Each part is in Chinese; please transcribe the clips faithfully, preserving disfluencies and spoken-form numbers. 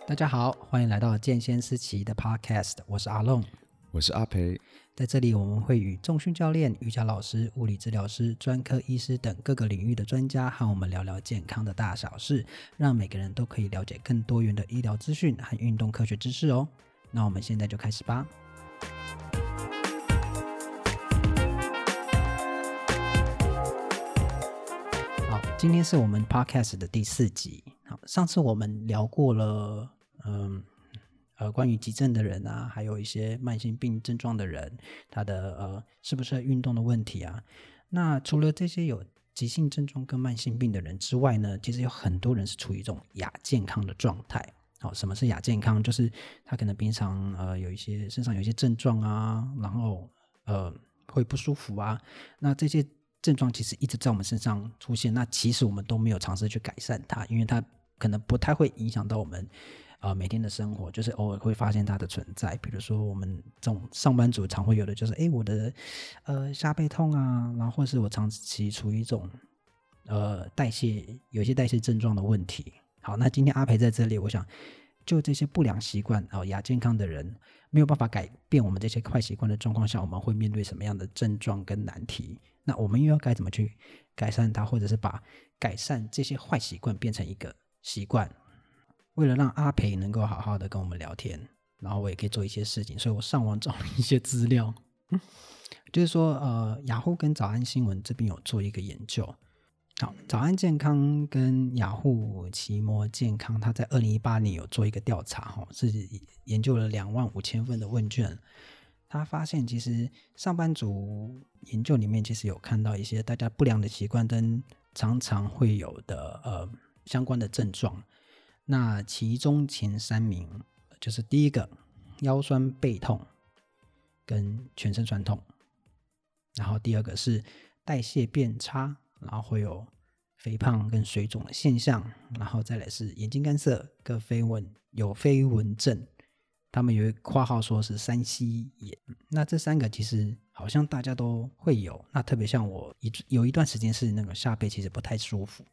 大家好，欢迎来到健先思齐的 Podcast， 我是阿龙， 我是阿培。 在这里我们会与重训教练、瑜伽老师、物理治疗师、专科医师等各个领域的专家和我们聊聊健康的大小事，让每个人都可以了解更多元的医疗资讯和运动科学知识哦。那我们现在就开始吧。好，今天是我们 Podcast 的第四集。好，上次我们聊过了，嗯。呃，关于急症的人啊，还有一些慢性病症状的人，他的呃适不适合运动的问题啊。那除了这些有急性症状跟慢性病的人之外呢，其实有很多人是处于一种亚健康的状态。好、哦，什么是亚健康？就是他可能平常呃有一些身上有一些症状啊，然后呃会不舒服啊。那这些症状其实一直在我们身上出现，那其实我们都没有尝试去改善它，因为它可能不太会影响到我们。呃，每天的生活就是偶尔会发现它的存在，比如说我们这种上班族常会有的就是，哎，我的呃下背痛啊，然后或是我长期处于一种呃代谢有一些代谢症状的问题。好，那今天阿培在这里，我想就这些不良习惯哦，亚健康的人没有办法改变我们这些坏习惯的状况下，我们会面对什么样的症状跟难题？那我们又要该怎么去改善它，或者是把改善这些坏习惯变成一个习惯？为了让阿培能够好好的跟我们聊天，然后我也可以做一些事情，所以我上网找了一些资料，就是说呃，雅虎跟早安新闻这边有做一个研究。好，早安健康跟雅虎奇摩健康，他在二零一八年有做一个调查，是研究了两万五千份的问卷。他发现其实上班族研究里面其实有看到一些大家不良的习惯跟常常会有的呃相关的症状。那其中前三名就是第一个腰酸背痛跟全身酸痛，然后第二个是代谢变差，然后会有肥胖跟水肿的现象，然后再来是眼睛干涩跟飞蚊有飞蚊症，他们有一括号说是三 C 眼。那这三个其实好像大家都会有，那特别像我有一段时间是那个下背其实不太舒服。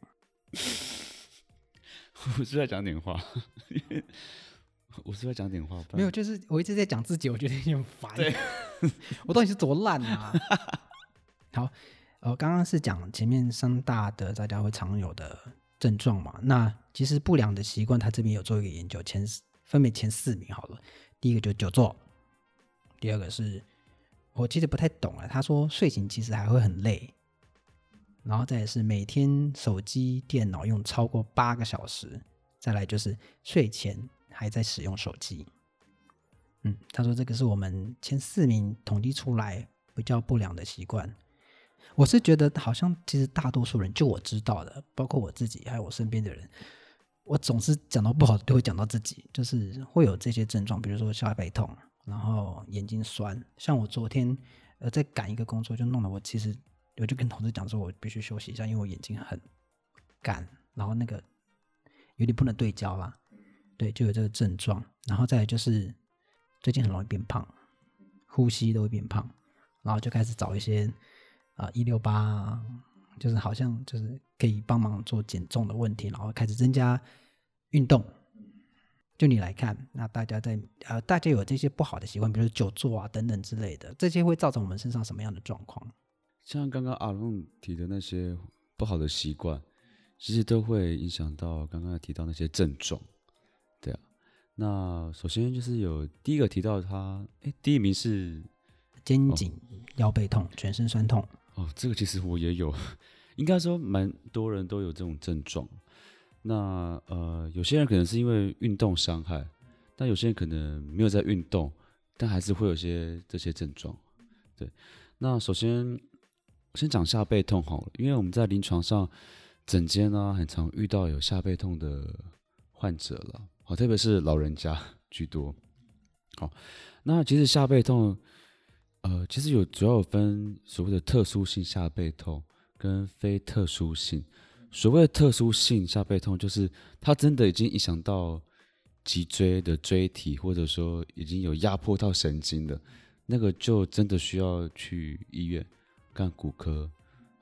我是在讲点话，我是在讲点话。 没有，就是我一直在讲自己，我觉得有点烦。对，我到底是多烂啊？好，呃，刚刚是讲前面三大的大家会常有的症状嘛。那其实不良的习惯，他这边有做一个研究，前分别前四名好了。第一个就是久坐，第二个是我其实不太懂啊，他说睡醒其实还会很累。然后再来是每天手机、电脑用超过八个小时，再来就是睡前还在使用手机。嗯，他说这个是我们前四名统计出来比较不良的习惯。我是觉得好像其实大多数人，就我知道的，包括我自己还有我身边的人，我总是讲到不好都会讲到自己，就是会有这些症状，比如说下背痛，然后眼睛酸。像我昨天呃在赶一个工作，就弄得我其实。我就跟同事讲说我必须休息一下，因为我眼睛很干，然后那个有点不能对焦啦，对，就有这个症状。然后再来就是最近很容易变胖，呼吸都会变胖，然后就开始找一些啊一六八，就是好像就是可以帮忙做减重的问题，然后开始增加运动。就你来看，那大家在呃大家有这些不好的习惯，比如说久坐啊等等之类的，这些会造成我们身上什么样的状况？ 像刚刚阿龙提的那些不好的习惯，其实都会影响到刚刚提到那些症状，对啊。那首先就是有第一个提到他，哎，第一名是肩颈、哦、腰背痛、全身酸痛。 哦，这个其实我也有，应该说蛮多人都有这种症状。那呃，有些人可能是因为运动伤害，但有些人可能没有在运动，但还是会有些这些症状。对，那首先。先讲下背痛好了，因为我们在临床上诊间啊，很常遇到有下背痛的患者了，好，特别是老人家居多。好，那其实下背痛，呃，其实有主要有分所谓的特殊性下背痛跟非特殊性。所谓的特殊性下背痛，就是它真的已经影响到脊椎的椎体，或者说已经有压迫到神经了，那个就真的需要去医院。看骨科，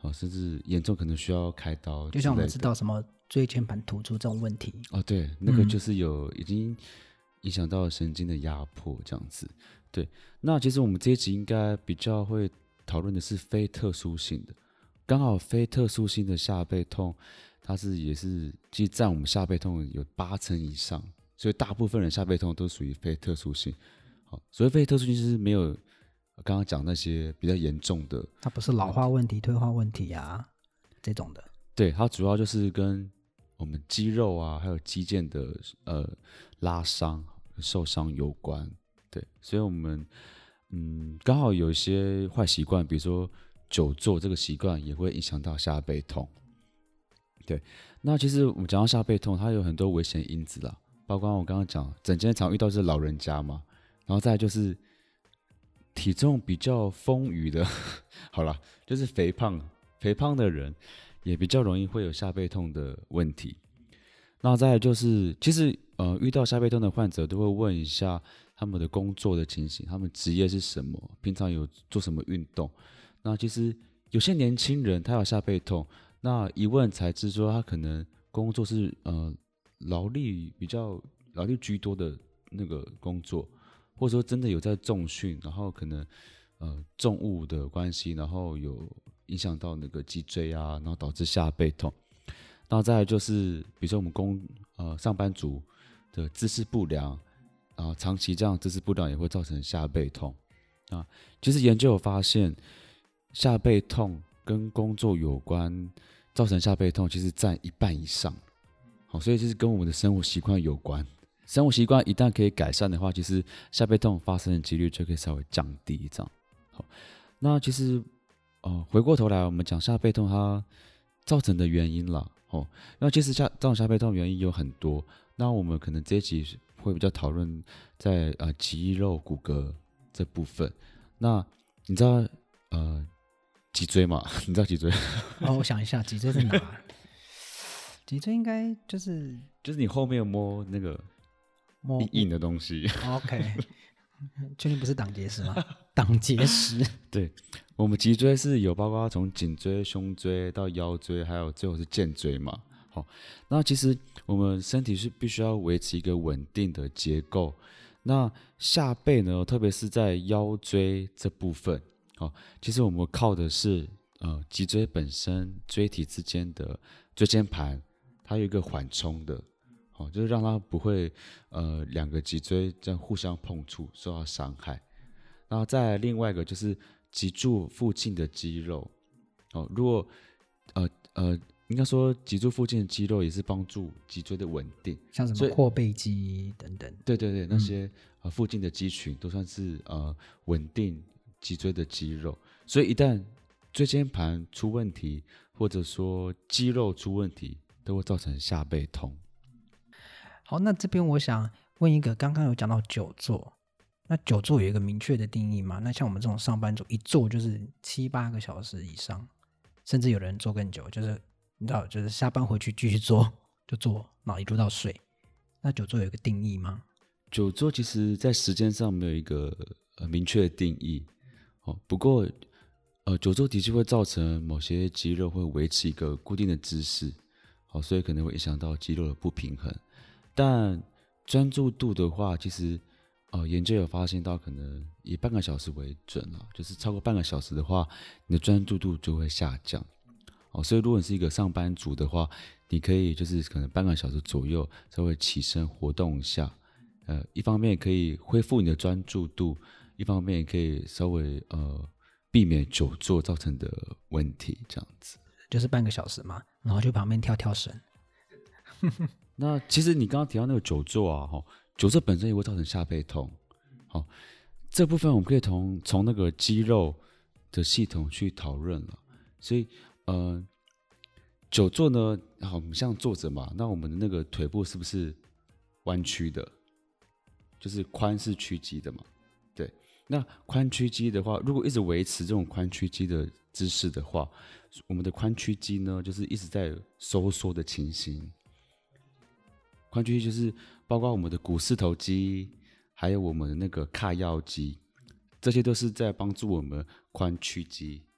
哦，甚至严重可能需要开刀之类的。 就像我们知道什么椎间盘突出这种问题， 哦，对，那个就是有、嗯、已经影响到神经的压迫这样子。对，那其实我们这一集应该比较会讨论的是非特殊性的，刚好非特殊性的下背痛，它是也是其实占我们下背痛有八成以上，所以大部分人下背痛都属于非特殊性。好，所谓非特殊性就是没有刚刚讲那些比较严重的， 它不是老化问题、退化问题啊这种的。 对，它主要就是跟我们肌肉啊，还有肌腱的呃拉伤、受伤有关。对，所以我们嗯刚好有一些坏习惯，比如说久坐这个习惯也会影响到下背痛。对，那其实我们讲到下背痛，它有很多危险因子啦，包括我刚刚讲，诊间常遇到是老人家嘛，然后再来就是体重比较丰腴的，好啦，就是肥胖，肥胖的人也比较容易会有下背痛的问题。那再来就是，其实呃遇到下背痛的患者都会问一下他们的工作的情形，他们职业是什么，平常有做什么运动。那其实有些年轻人他有下背痛，那一问才知说他可能工作是呃劳力比较劳力居多的那个工作。或者说真的有在重训，然后可能呃重物的关系，然后有影响到那个脊椎啊，然后导致下背痛。然后再来就是，比如说我们工呃上班族的姿势不良啊，长期这样姿势不良也会造成下背痛啊。其实研究有发现，下背痛跟工作有关，造成下背痛其实占一半以上。好，所以就是跟我们的生活习惯有关。生活习惯一旦可以改善的话，其实下背痛发生的几率就可以稍微降低。这样，好，那其实，呃，回过头来，我们讲下背痛它造成的原因啦，哦，那其实下造成下背痛原因有很多。那我们可能这一集会比较讨论在呃肌肉骨骼这部分。那你知道呃脊椎吗？你知道脊椎？ 哦，我想一下，脊椎在哪？脊椎应该就是就是你后面摸那个。硬硬的东西 ，OK， 确定不是党结石吗？党结石， 对，我们脊椎是有包括从颈椎、胸椎到腰椎，还有最后是肩椎嘛。好，那其实我们身体是必须要维持一个稳定的结构。那下背呢，特别是在腰椎这部分，好，其实我们靠的是呃脊椎本身椎体之间的椎间盘，它有一个缓冲的。哦，就是让它不会，呃，两个脊椎这样互相碰触受到伤害。然后再来另外一个就是脊柱附近的肌肉，哦，如果，呃呃，应该说脊柱附近的肌肉也是帮助脊椎的稳定， 像什么阔背肌等等。 对对对，那些、嗯、呃附近的肌群都算是呃稳定脊椎的肌肉，所以一旦椎间盘出问题，或者说肌肉出问题，都会造成下背痛。 好，那这边我想问一个，刚刚有讲到久坐，那久坐有一个明确的定义吗？那像我们这种上班族，一坐就是七八个小时以上，甚至有人坐更久，就是你知道，就是下班回去继续坐，就坐，然后一路到睡。那久坐有一个定义吗？ 久坐其实在时间上没有一个、呃、明确的定义，哦，不过呃，久坐的确会造成某些肌肉会维持一个固定的姿势，哦，所以可能会影响到肌肉的不平衡。但专注度的话，其实呃研究有发现到，可能以半个小时为准啦，就是超过半个小时的话，你的专注度就会下降。哦，所以如果你是一个上班族的话，你可以就是可能半个小时左右稍微起身活动一下，呃，一方面可以恢复你的专注度，一方面也可以稍微呃避免久坐造成的问题，这样子。 就是半个小时嘛，然后去旁边跳跳绳。 那其实你刚刚提到那个久坐啊，哈，久坐本身也会造成下背痛，好，这部分我们可以从从那个肌肉的系统去讨论了。所以，呃，久坐呢，好，我们像坐着嘛，那我们的那个腿部是不是弯曲的？就是髋是屈肌的嘛，对。那髋屈肌的话，如果一直维持这种髋屈肌的姿势的话，我们的髋屈肌呢，就是一直在收缩的情形。髋屈肌就是包括我们的股四头肌，还有我们的那个髂腰肌，这些都是在帮助我们髋屈肌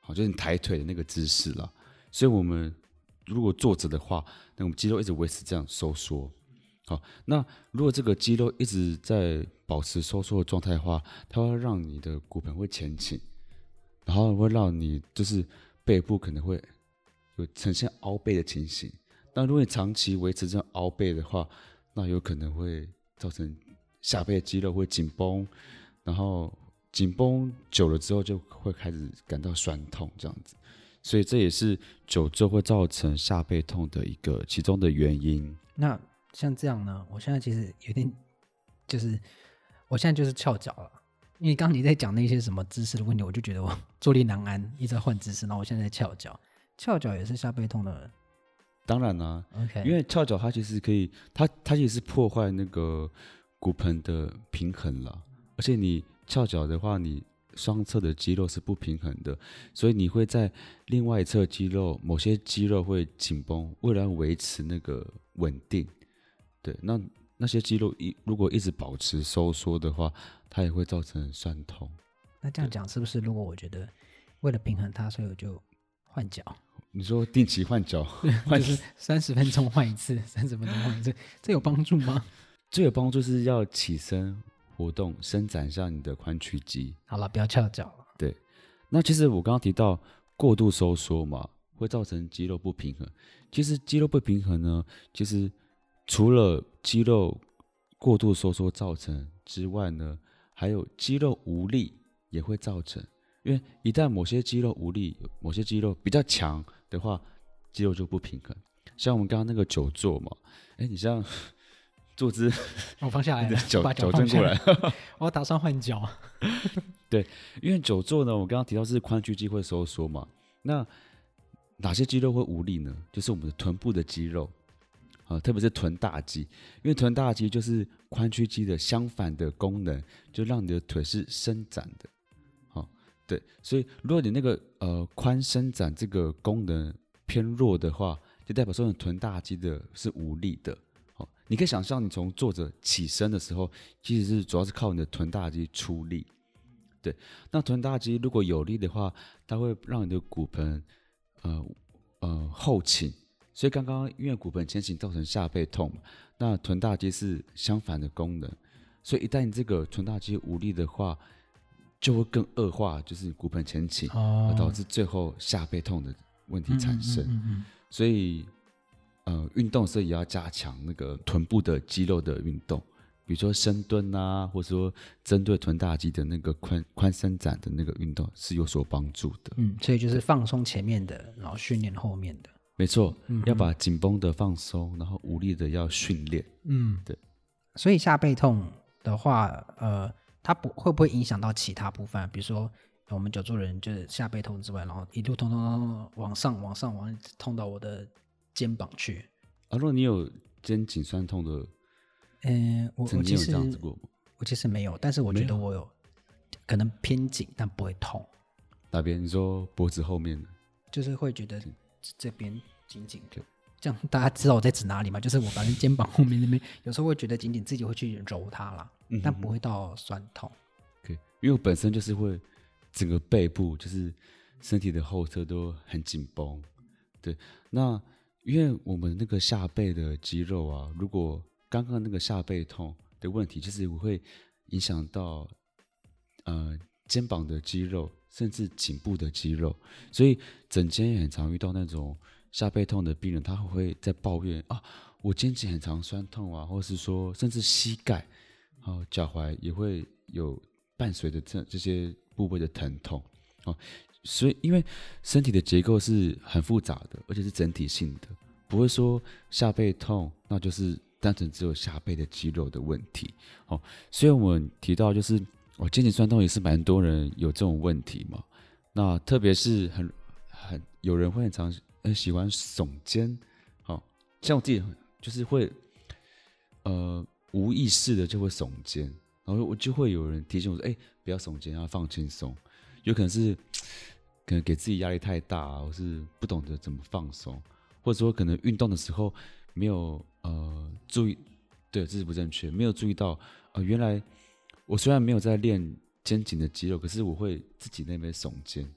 好，就是你抬腿的那个姿势啦。所以我们如果坐着的话，那我们肌肉一直维持这样收缩。好，那如果这个肌肉一直在保持收缩的状态的话，它会让你的骨盆会前倾，然后会让你就是背部可能会有呈现凹背的情形。那如果你长期维持这样凹背的话，那有可能会造成下背的肌肉会紧绷，然后紧绷久了之后就会开始感到酸痛这样子。所以这也是久坐会造成下背痛的一个其中的原因。 那像这样呢，我现在其实有点，就是我现在就是翘脚了，因为刚刚你在讲那些什么姿势的问题，我就觉得我坐立难安，一直在换姿势，然后我现在在翘脚，翘脚也是下背痛的。 当然啦、啊 OK， 因为翘脚它其实可以，它它其实是破坏那个骨盆的平衡啦，而且你翘脚的话，你双侧的肌肉是不平衡的，所以你会在另外一侧肌肉某些肌肉会紧绷，为了要维持那个稳定。对，那那些肌肉一如果一直保持收缩的话，它也会造成酸痛。 那这样讲是不是？如果我觉得为了平衡它，所以我就换脚， 你说定期换脚， 就是三十分钟换一次，三十分钟换一次，这有帮助吗？ 最有帮助是要起身活动，伸展一下你的髋屈肌。 好了，不要翘脚了。 对，那其实我刚刚提到过度收缩嘛，会造成肌肉不平衡。其实肌肉不平衡呢，其实除了肌肉过度收缩造成之外呢，还有肌肉无力也会造成。因为一旦某些肌肉无力，某些肌肉比较强的话，肌肉就不平衡。像我们刚刚那个久坐嘛，哎，你像坐姿， 我放下来了， 脚把脚矫正过来。 我打算换脚。 对，因为久坐呢，我刚刚提到是髋屈肌会收缩嘛，那哪些肌肉会无力呢？就是我们的臀部的肌肉，啊，特别是臀大肌，因为臀大肌就是髋屈肌的相反的功能，就让你的腿是伸展的，好，对，所以如果你那个呃髋伸展这个功能偏弱的话，就代表说你臀大肌的是无力的。好，你可以想象你从坐着起身的时候，其实是主要是靠你的臀大肌出力。对，那臀大肌如果有力的话，它会让你的骨盆呃呃后倾，所以刚刚因为骨盆前倾造成下背痛嘛，那臀大肌是相反的功能，所以一旦你这个臀大肌无力的话，就会更恶化，就是骨盆前倾， 哦而导致最后下背痛的问题产生。 嗯嗯嗯嗯所以呃运动的时候也要加强那个臀部的肌肉的运动。比如说深蹲啊，或者说针对臀大肌的那个髋髋伸展的那个运动是有所帮助的。 嗯，所以就是放松前面的，然后训练后面的。 没错， 嗯要把紧绷的放松，然后无力的要训练。 嗯， 对。 所以下背痛的话，呃，它不会不会影响到其他部分？比如说我们久坐人就是下背痛之外，然后一路痛痛痛痛往上往上往痛到我的肩膀去。 啊，如果你有肩颈酸痛的， 嗯、我曾经有我其实这样子过吗？ 我其实没有，但是我觉得我有可能偏紧，但不会痛， 哪边？你说脖子后面的？ 就是会觉得这边紧紧的。这样大家知道我在指哪里吗？就是我反正肩膀后面那边有时候会觉得紧紧，自己会去揉它啦， 嗯哼哼但不会到酸痛。 对，因为我本身就是会整个背部，就是身体的后侧都很紧绷。对，那因为我们那个下背的肌肉啊，如果刚刚那个下背痛的问题，就是会影响到呃肩膀的肌肉，甚至颈部的肌肉，所以诊间也很常遇到那种下背痛的病人，他会在抱怨啊，我肩颈很常酸痛啊，或是说甚至膝盖、哦脚踝也会有伴随着这这些部位的疼痛哦。所以因为身体的结构是很复杂的，而且是整体性的，不会说下背痛那就是单纯只有下背的肌肉的问题哦。所以我们提到就是哦，肩颈酸痛也是蛮多人有这种问题嘛。那特别是很很有人会很常很喜欢耸肩，好、哦，像我自己就是会呃无意识的就会耸肩，然后我就会有人提醒我说，哎，不要耸肩，要放轻松。有可能是可能给自己压力太大、啊，或是不懂得怎么放松，或者说可能运动的时候没有呃注意，对，这是不正确，没有注意到呃原来我虽然没有在练肩颈的肌肉，可是我会自己那边耸肩，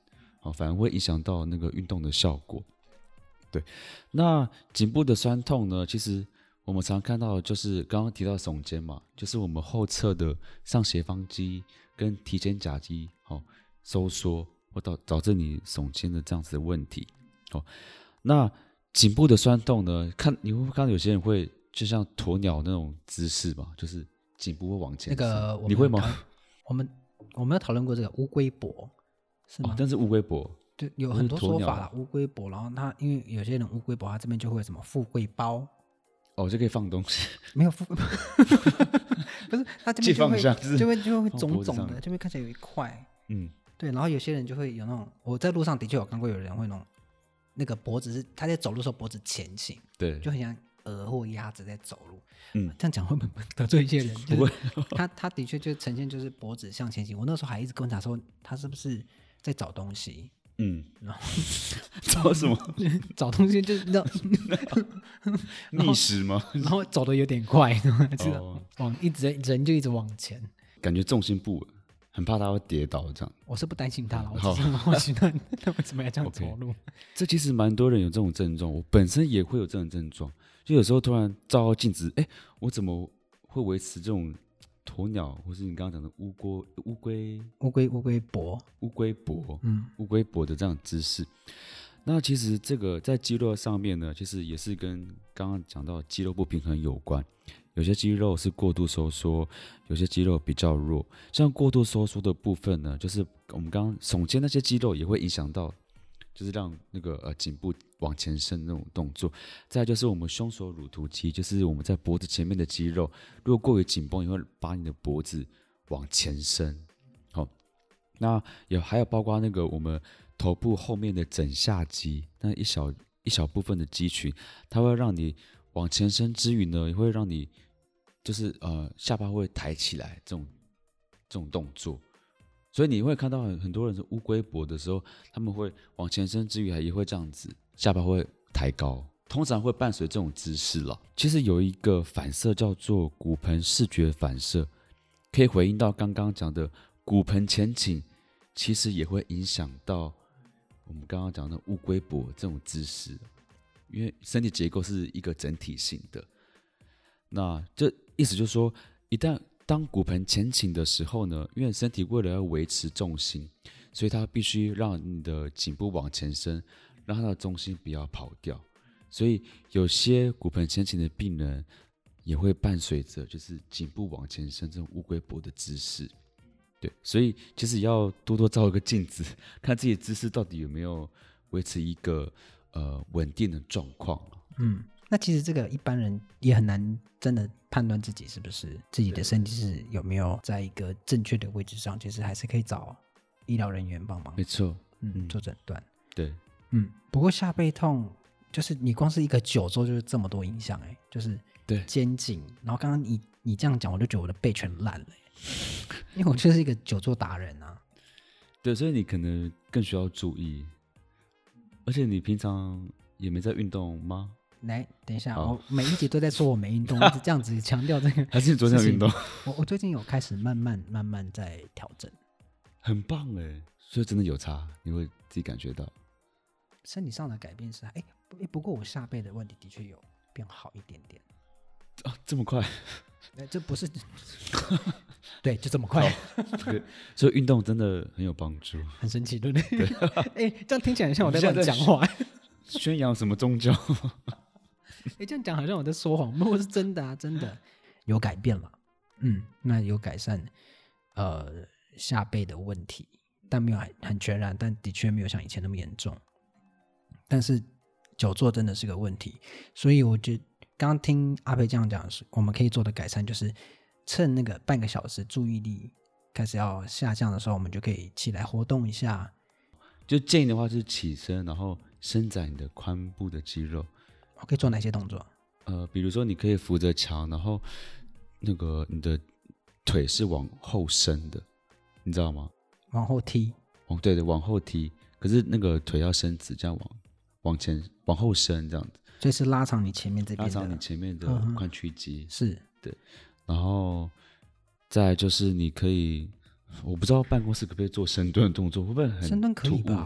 哦，反而会影响到那个运动的效果。对，那颈部的酸痛呢，其实我们常看到的就是刚刚提到耸肩嘛，就是我们后侧的上斜方肌跟提肩胛肌哦收缩，或导导致你耸肩的这样子的问题。哦，那颈部的酸痛呢，看你会不会看到有些人会就像鸵鸟那种姿势嘛，就是颈部会往前伸。 那个你会吗？ 我们我们有讨论过这个乌龟脖，是吗？ 哦，但是乌龟脖。 对，有很多说法啦，乌龟脖，然后它因为有些人乌龟脖，它这边就会有什么富贵包， 哦，就可以放东西， 没有富贵包，不是，它这边就会就会就会肿肿的，这边看起来有一块， 嗯， 对，然后有些人就会有那种，我在路上的确有看过有人会那种，那个脖子是他在走路的时候脖子前倾， 对， 就很像鹅或鸭子在走路， 嗯， 这样讲会不会得罪一些人？ 不会， 他他的确就呈现就是脖子向前倾，我那时候还一直观察说他是不是在找东西。 嗯， 然后找什么？ 找东西就是那觅食吗？ 然后走的有点快，知道、 哦、 往一直人就一直往前， 感觉重心不稳，很怕他会跌倒这样。 我是不担心他了，我只是很好奇他他为什么要这样走路。 Okay. 这其实蛮多人有这种症状，我本身也会有这种症状，就有时候突然照到镜子，哎，我怎么会维持这种鸵鸟，或是你刚刚讲的乌龟、乌龟、 乌龟、乌龟脖、 乌龟脖， 嗯， 乌龟脖的这样姿势。那其实这个在肌肉上面呢，其实也是跟刚刚讲到肌肉不平衡有关。有些肌肉是过度收缩，有些肌肉比较弱。像过度收缩的部分呢，就是我们刚刚耸肩那些肌肉也会影响到，就是让那个呃颈部往前伸那种动作。再来就是我们胸锁乳突肌，就是我们在脖子前面的肌肉，如果过于紧绷，也会把你的脖子往前伸。好、哦，那有还有包括那个我们头部后面的枕下肌，那一小一小部分的肌群，它会让你往前伸之余呢，也会让你就是呃下巴会抬起来这种这种动作。所以你会看到很很多人是乌龟脖的时候，他们会往前伸之余，还也会这样子，下巴会抬高，通常会伴随这种姿势了。其实有一个反射叫做骨盆视觉反射，可以回应到刚刚讲的骨盆前倾，其实也会影响到我们刚刚讲的乌龟脖这种姿势，因为身体结构是一个整体性的。那这意思就是说，一旦当骨盆前倾的时候呢，因为身体为了要维持重心，所以它必须让你的颈部往前伸，让它的重心不要跑掉。所以有些骨盆前倾的病人也会伴随着就是颈部往前伸这种乌龟脖的姿势。对，所以其实要多多照一个镜子，看自己的姿势到底有没有维持一个呃稳定的状况。 嗯。那其实这个一般人也很难真的判断自己是不是自己的身体是有没有在一个正确的位置上，其实还是可以找医疗人员帮忙。 没错， 嗯，嗯做诊断。 对， 嗯。不过下背痛就是你光是一个久坐就是这么多影响，哎，就是对肩颈。然后刚刚你你这样讲，我就觉得我的背全烂了，因为我就是一个久坐达人啊。 对，所以你可能更需要注意，而且你平常也没在运动吗？ 来，等一下，我每一集都在说我没运动，一直这样子强调这个。 还是你昨天有运动？ 我我最近有开始慢慢慢慢在调整， 很棒哎，所以真的有差，你会自己感觉到身体上的改变是哎不不过我下背的问题的确有变好一点点啊，这么快？ 哎，这不是对，就这么快。 所以运动真的很有帮助， 很神奇，对不对？哎，这样听起来像我在乱讲话， 宣扬什么宗教？ 哎，这样讲好像我在说谎，不过是真的啊，真的有改变了，嗯，那有改善，呃，下背的问题，但没有很全然，但的确没有像以前那么严重。但是久坐真的是个问题，所以我觉得刚刚听阿培这样讲，我们可以做的改善就是趁那个半个小时注意力开始要下降的时候，我们就可以起来活动一下。 就建议的话，就是起身，然后伸展你的髋部的肌肉。 我可以做哪些动作？ 呃，比如说你可以扶着墙，然后那个你的腿是往后伸的，你知道吗？ 往后踢。 哦，对对，往后踢。可是那个腿要伸直，这样往往前往后伸，这样子。 所以是拉长你前面这边的， 拉长你前面的髋屈肌。 嗯、是， 对。然后再来就是你可以，我不知道办公室可不可以做深蹲的动作，会不会很深蹲可以吧？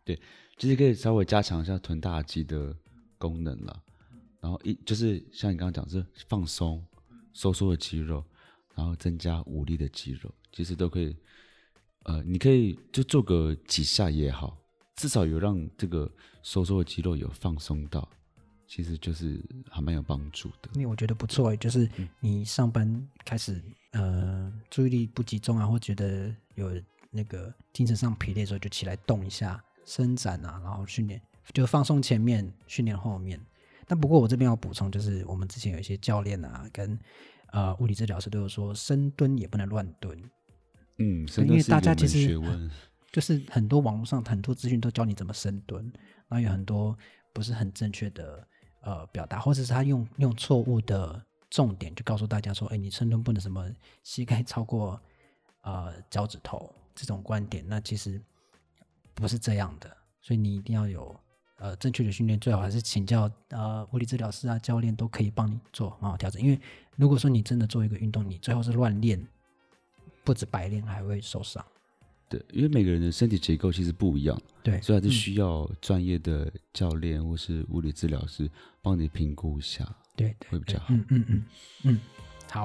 对，就是可以稍微加强一下臀大肌的功能啦。然后一就是像你刚刚讲，是放松、收缩的肌肉，然后增加无力的肌肉，其实都可以。呃，你可以就做个几下也好，至少有让这个收缩的肌肉有放松到，其实就是还蛮有帮助的。 因为我觉得不错，就是你上班开始呃注意力不集中啊，或觉得有那个精神上疲累的时候，就起来动一下，伸展啊，然后训练，就放松前面，训练后面。但不过我这边要补充，就是我们之前有一些教练啊，跟呃物理治疗师都有说，深蹲也不能乱蹲。 嗯，深因为蹲是一门大家其实学问， 就是很多网络上很多资讯都教你怎么深蹲，然后有很多不是很正确的呃表达，或者是他用用错误的重点就告诉大家说，哎，你深蹲不能什么膝盖超过呃脚趾头这种观点，那其实不是这样的，所以你一定要有呃正确的训练，最好还是请教呃物理治疗师啊教练都可以帮你做很好调整，因为如果说你真的做一个运动，你最后是乱练，不止白练还会受伤。 对，因为每个人的身体结构其实不一样， 对， 所以还是需要专业的教练或是物理治疗师帮你评估一下， 对，对会比较好。 嗯嗯嗯嗯，好。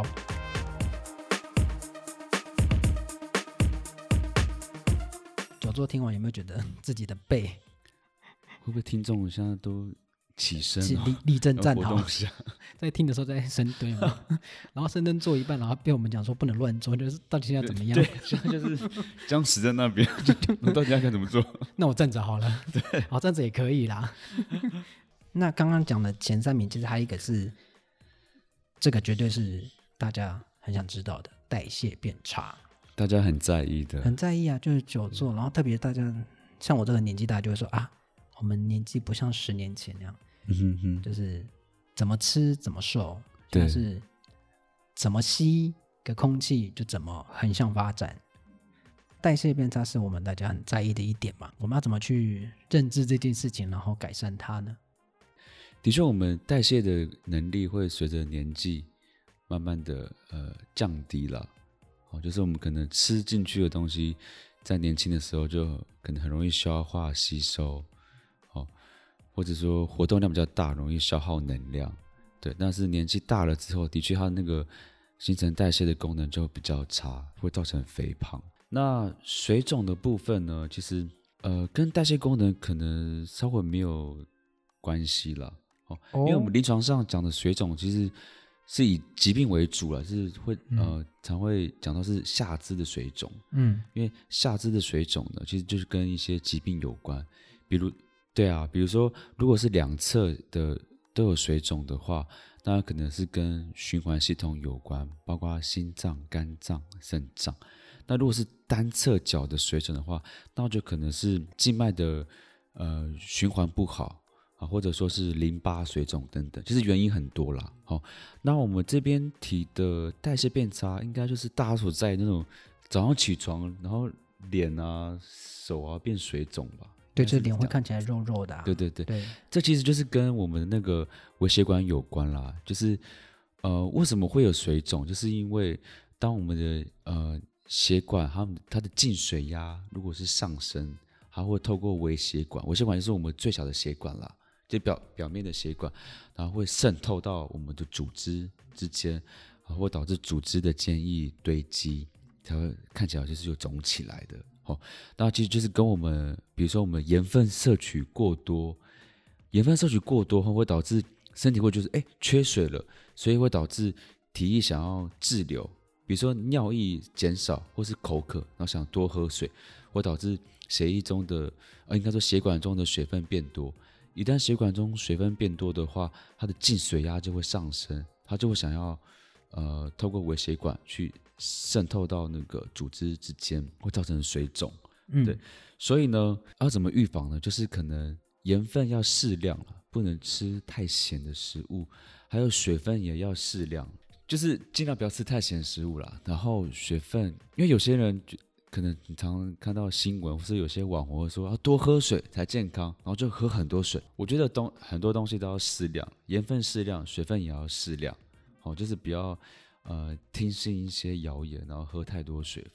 久坐听完有没有觉得自己的背会不会听众现在都起身、哦、 立立正站好活动一下？ 在听的时候在深蹲有没有然后深蹲做一半，然后被我们讲说不能乱做，就是到底现在怎么样？ 对，现在就是僵持在那边，我到底要该怎么做？ 那我站着好了，对，好站着也可以啦。那刚刚讲的前三名，其实还有一个是，这个绝对是大家很想知道的，代谢变差， 大家很在意的， 很在意啊，就是久坐，然后特别大家像我这个年纪大，就会说啊，我们年纪不像十年前那样， 嗯哼哼， 就是怎么吃怎么瘦， 对但是怎么吸个空气就怎么横向发展。代谢变差是我们大家很在意的一点嘛，我们要怎么去认知这件事情，然后改善它呢？ 的确，我们代谢的能力会随着年纪慢慢的呃降低了。哦，就是我们可能吃进去的东西，在年轻的时候就可能很容易消化吸收，哦，或者说活动量比较大，容易消耗能量。对，但是年纪大了之后，的确它那个新陈代谢的功能就比较差，会造成肥胖。那水肿的部分呢，其实呃跟代谢功能可能稍微没有关系啦。哦，因为我们临床上讲的水肿，其实是以疾病为主了，是会、嗯、呃常会讲到是下肢的水肿， 嗯， 因为下肢的水肿呢，其实就是跟一些疾病有关，比如对啊，比如说如果是两侧的都有水肿的话，那可能是跟循环系统有关，包括心脏、肝脏、肾脏。那如果是单侧脚的水肿的话，那就可能是静脉的呃循环不好。啊，或者说是淋巴水肿等等，其实原因很多啦。好、哦，那我们这边提的代谢变差，应该就是大家所在那种早上起床，然后脸啊、手啊变水肿吧？ 对，就脸会看起来肉肉的、啊。 对对对， 对， 这其实就是跟我们那个微血管有关啦。就是呃，为什么会有水肿？就是因为当我们的呃血管它们它的进水压如果是上升，它会透过微血管，微血管就是我们最小的血管啦。就 表, 表面的血管，然后会渗透到我们的组织之间，会导致组织的坚液堆积，才会看起来就是有肿起来的。哦，那其实就是跟我们，比如说我们盐分摄取过多，盐分摄取过多会导致身体会就是哎缺水了，所以会导致体液想要滞留，比如说尿液减少或是口渴，然后想多喝水，会导致血液中的呃应该说血管中的水分变多。一旦血管中水分变多的话，它的进水压就会上升，它就会想要呃透过微血管去渗透到那个组织之间，会造成水肿。嗯，对，所以呢，要怎么预防呢？就是可能盐分要适量，不能吃太咸的食物，还有水分也要适量，就是尽量不要吃太咸的食物啦。然后水分，因为有些人可能你常常看到新闻，或是有些网红会说要多喝水才健康，然后就喝很多水。我觉得东很多东西都要适量，盐分适量，水分也要适量。好、哦，就是不要呃听信一些谣言，然后喝太多水分，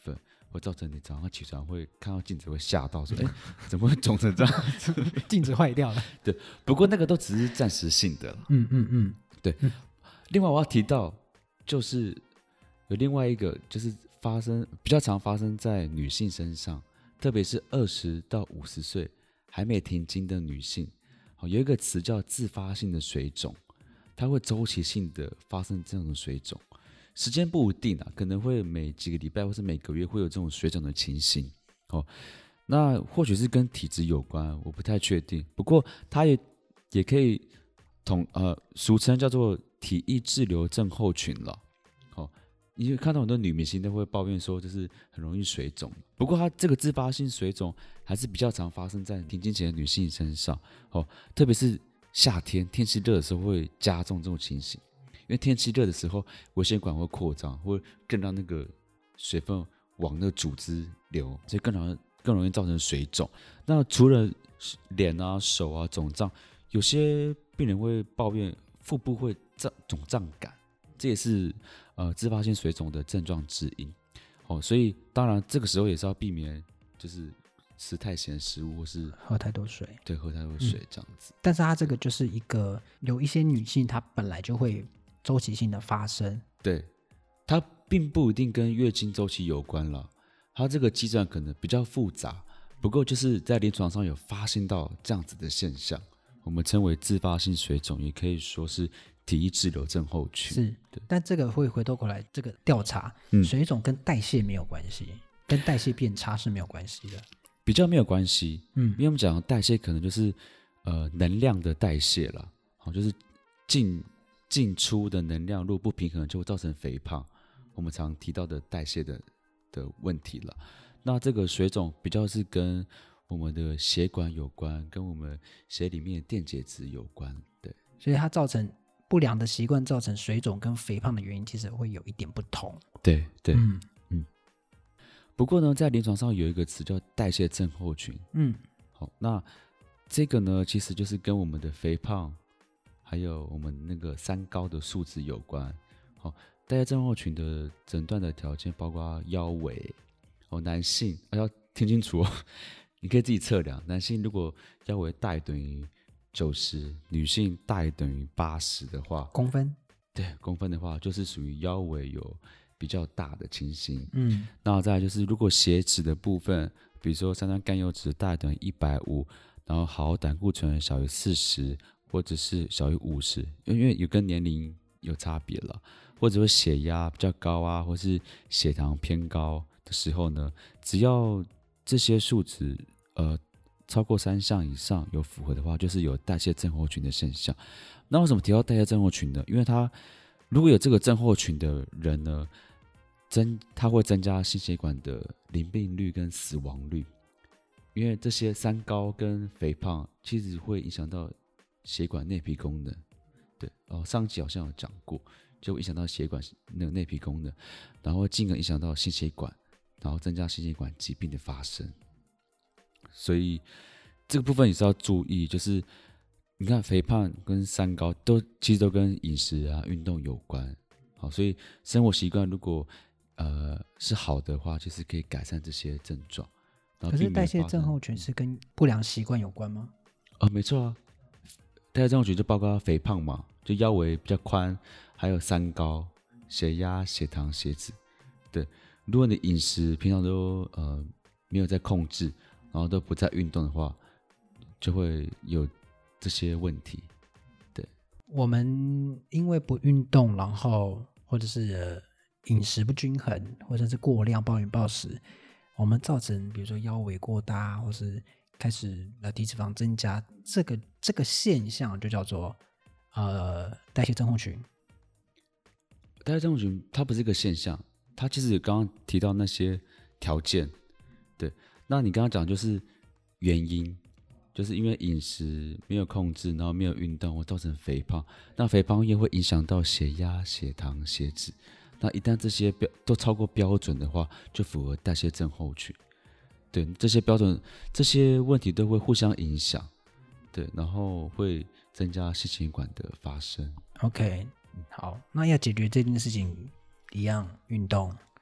会造成你早上起床会看到镜子会吓到说，哎，怎么会肿成这样子？ 镜子坏掉了。 对，不过那个都只是暂时性的了。 嗯嗯嗯， 对。 嗯另外我要提到，就是有另外一个，就是发生比较常发生在女性身上，特别是二十到五十岁还没停经的女性，有一个词叫自发性的水肿，它会周期性的发生这种水肿，时间不一定啊，可能会每几个礼拜或是每个月会有这种水肿的情形。哦，那或许是跟体质有关，我不太确定。不过它也也可以统呃俗称叫做体液滞留症候群了。哦，你会看到很多女明星都会抱怨说，就是很容易水肿。不过它这个自发性水肿还是比较常发生在停经前的女性身上。哦，特别是夏天天气热的时候会加重这种情形。因为天气热的时候，微血管会扩张，会更让那个水分往那个组织流，所以更容易更容易造成水肿。那除了脸啊、手啊肿胀，有些病人会抱怨腹部会胀肿胀感，这也是呃自发性水肿的症状之一。哦，所以当然这个时候也是要避免，就是吃太咸的食物或是喝太多水。 对，喝太多水这样子。 嗯，但是它这个就是一个有一些女性她本来就会周期性的发生。 对，它并不一定跟月经周期有关了，它这个机转可能比较复杂，不过就是在临床上有发现到这样子的现象，我们称为自发性水肿，也可以说是体液滞留症候群。 是，但这个会回头过来，这个调查，嗯，水肿跟代谢没有关系，跟代谢变差是没有关系的， 比较没有关系。 嗯， 因为我们讲的代谢可能就是呃能量的代谢了，好，就是进进出的能量如果不平衡，就会造成肥胖。我们常提到的代谢的的问题了。那这个水肿比较是跟我们的血管有关，跟我们血里面的电解质有关。对， 所以它造成不良的习惯造成水肿跟肥胖的原因，其实会有一点不同。 对对， 嗯嗯。不过呢，在临床上有一个词叫代谢症候群。 嗯， 好，那这个呢，其实就是跟我们的肥胖，还有我们那个三高的数值有关。好，代谢症候群的诊断的条件包括腰围。哦，男性、啊、要听清楚哦，你可以自己测量。男性如果腰围大于等于九十，女性大于等于八十的话， 公分， 对，公分的话就是属于腰围有比较大的情形。 嗯， 那再来就是如果血脂的部分，比如说三酸甘油酯大于等于一百五，然后好胆固醇小于四十，或者是小于五十，因为有跟年龄有差别了，或者说血压比较高啊，或是血糖偏高的时候呢，只要这些数值呃超过三项以上有符合的话，就是有代谢症候群的现象。那为什么提到代谢症候群呢？因为它如果有这个症候群的人呢，增它会增加心血管的淋病率跟死亡率，因为这些三高跟肥胖其实会影响到血管内皮功能。对哦，上集好像有讲过，就会影响到血管那个内皮功能，然后进而影响到心血管，然后增加心血管疾病的发生。所以这个部分也是要注意，就是你看肥胖跟三高都其实都跟饮食啊、运动有关。好，所以生活习惯如果呃是好的话，其实可以改善这些症状。 可是代谢症候群是跟不良习惯有关吗？ 啊、呃，没错啊，代谢症候群就包括肥胖嘛，就腰围比较宽，还有三高、血压、血糖、血脂。对，如果你饮食平常都呃没有在控制，然后都不在运动的话，就会有这些问题。对， 我们因为不运动，然后或者是、呃、饮食不均衡，或者是过量暴饮暴食，我们造成比如说腰围过大，或是开始呃体脂肪增加，这个这个现象就叫做呃代谢症候群。 代谢症候群它不是一个现象，它其实刚刚提到那些条件。对，那你刚刚讲就是原因，就是因为饮食没有控制，然后没有运动，会造成肥胖。那肥胖也会影响到血压、血糖、血脂。那一旦这些标都超过标准的话，就符合代谢症候群。对，这些标准、这些问题都会互相影响。对，然后会增加心血管的发生。 OK， 好，那要解决这件事情，一样运动，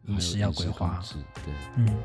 饮食要规划， 对， 嗯。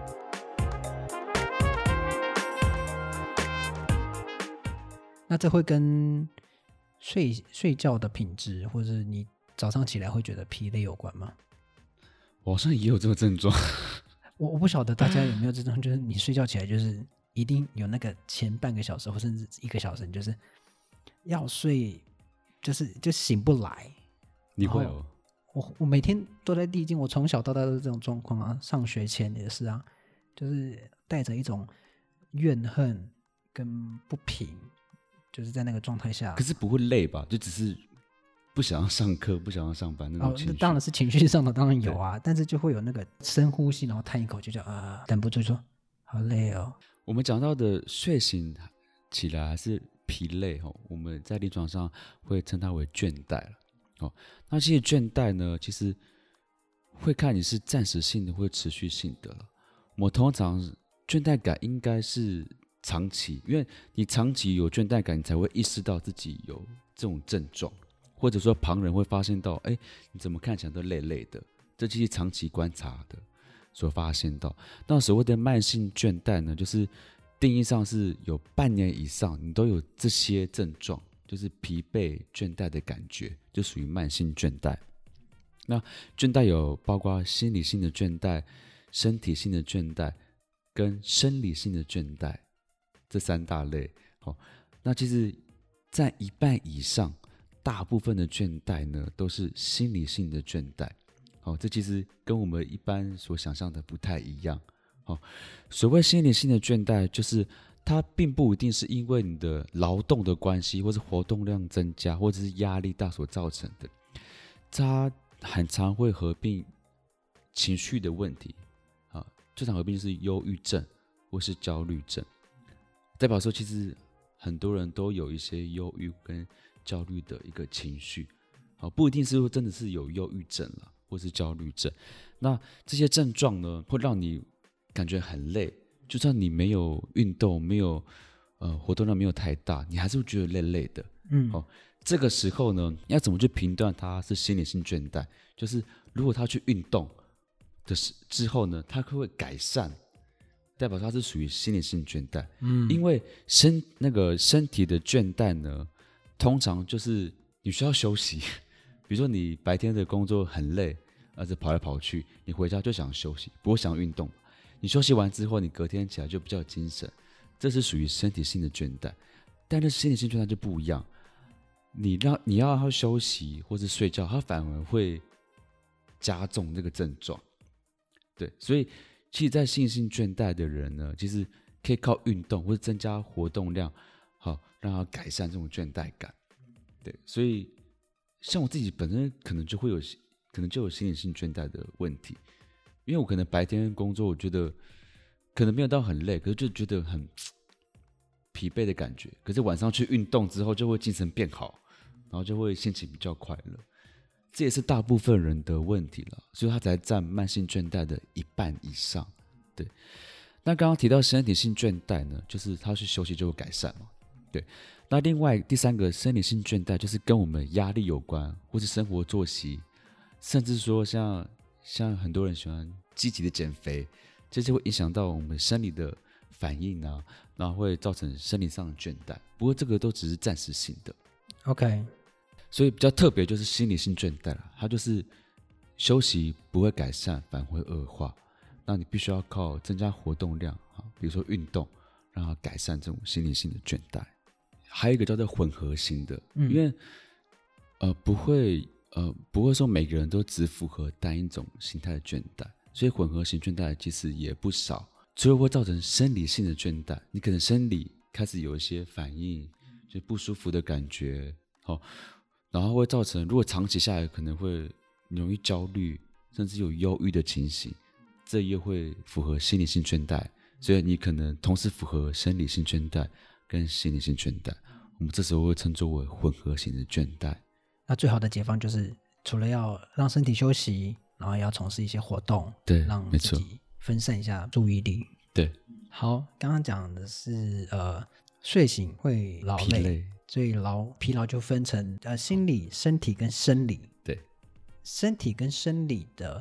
那这会跟睡睡觉的品质，或者你早上起来会觉得疲累有关吗？ 我好像也有这个症状。 我我不晓得大家有没有这种，就是你睡觉起来就是一定有那个前半个小时或甚至一个小时，你就是要睡，就是就醒不来。 你会哦？ 我我每天都在递进，我从小到大都是这种状况啊。上学前也是啊，就是带着一种怨恨跟不平。就是在那个状态下， 可是不会累吧？就只是不想要上课，不想要上班那种情绪。 哦，那当然是情绪上的，当然有啊。但是就会有那个深呼吸，然后叹一口气，就啊，忍不住说好累哦。 我们讲到的睡醒起来还是疲累哦，我们在临床上会称它为倦怠了哦。那其实倦怠呢，其实会看你是暂时性的或持续性的了。我们通常倦怠感应该是长期，因为你长期有倦怠感，你才会意识到自己有这种症状，或者说旁人会发现到，哎，你怎么看起来都累累的，这就是长期观察的所发现到。那所谓的慢性倦怠呢，就是定义上是有半年以上你都有这些症状，就是疲惫倦怠的感觉，就属于慢性倦怠。那倦怠有包括心理性的倦怠、身体性的倦怠跟生理性的倦怠这三大类。好，那其实在一半以上，大部分的倦怠呢都是心理性的倦怠。好，这其实跟我们一般所想象的不太一样。好，所谓心理性的倦怠，就是它并不一定是因为你的劳动的关系，或是活动量增加，或者是压力大所造成的。它很常会合并情绪的问题，啊，最常合并就是忧郁症或是焦虑症，代表说其实很多人都有一些忧郁跟焦虑的一个情绪，好，不一定是真的是有忧郁症了，或是焦虑症。那这些症状呢，会让你感觉很累，就算你没有运动，没有呃活动量没有太大，你还是会觉得累累的。 嗯， 好，这个时候呢，要怎么去评断它是心理性倦怠？就是如果他去运动的之后呢，他会改善，代表他是属于心理性倦怠。嗯，因为身那个身体的倦怠呢，通常就是你需要休息。比如说你白天的工作很累，而且跑来跑去，你回家就想休息，不会想运动。你休息完之后，你隔天起来就比较有精神，这是属于身体性的倦怠。但是心理性倦怠就不一样。你让你要让他休息或是睡觉，他反而会加重这个症状。对，所以其实在心理性倦怠的人呢，其实可以靠运动或者增加活动量，好让他改善这种倦怠感。对，所以像我自己本身可能就会有可能就有心理性倦怠的问题，因为我可能白天工作我觉得可能没有到很累，可是就觉得很疲惫的感觉，可是晚上去运动之后就会精神变好，然后就会心情比较快乐。这也是大部分人的问题了，所以它才占慢性倦怠的一半以上。对，那刚刚提到身体性倦怠呢，就是他去休息就会改善嘛。对，那另外第三个生理性倦怠就是跟我们压力有关，或是生活作息，甚至说像像很多人喜欢积极的减肥，这就会影响到我们生理的反应啊，然后会造成生理上的倦怠。不过这个都只是暂时性的。 OK。 所以比较特别就是心理性倦怠了，它就是休息不会改善，反而会恶化。那你必须要靠增加活动量，比如说运动，让它改善这种心理性的倦怠。还有一个叫做混合型的，嗯、因为呃不会呃不会说每个人都只符合单一种形态的倦怠，所以混合型倦怠其实也不少，所以会造成生理性的倦怠。你可能生理开始有一些反应，就不舒服的感觉，好。然后会造成，如果长期下来，可能会容易焦虑，甚至有忧郁的情形，这也会符合心理性倦怠。所以你可能同时符合生理性倦怠跟心理性倦怠，我们这时候会称作为混合型的倦怠。 那最好的解方就是，除了要让身体休息，然后也要从事一些活动， 对， 让自己分散一下注意力。 对， 好，刚刚讲的是呃，睡醒会劳累。 累所以劳疲劳就分成呃心理、身体跟生理。 对， 身体跟生理的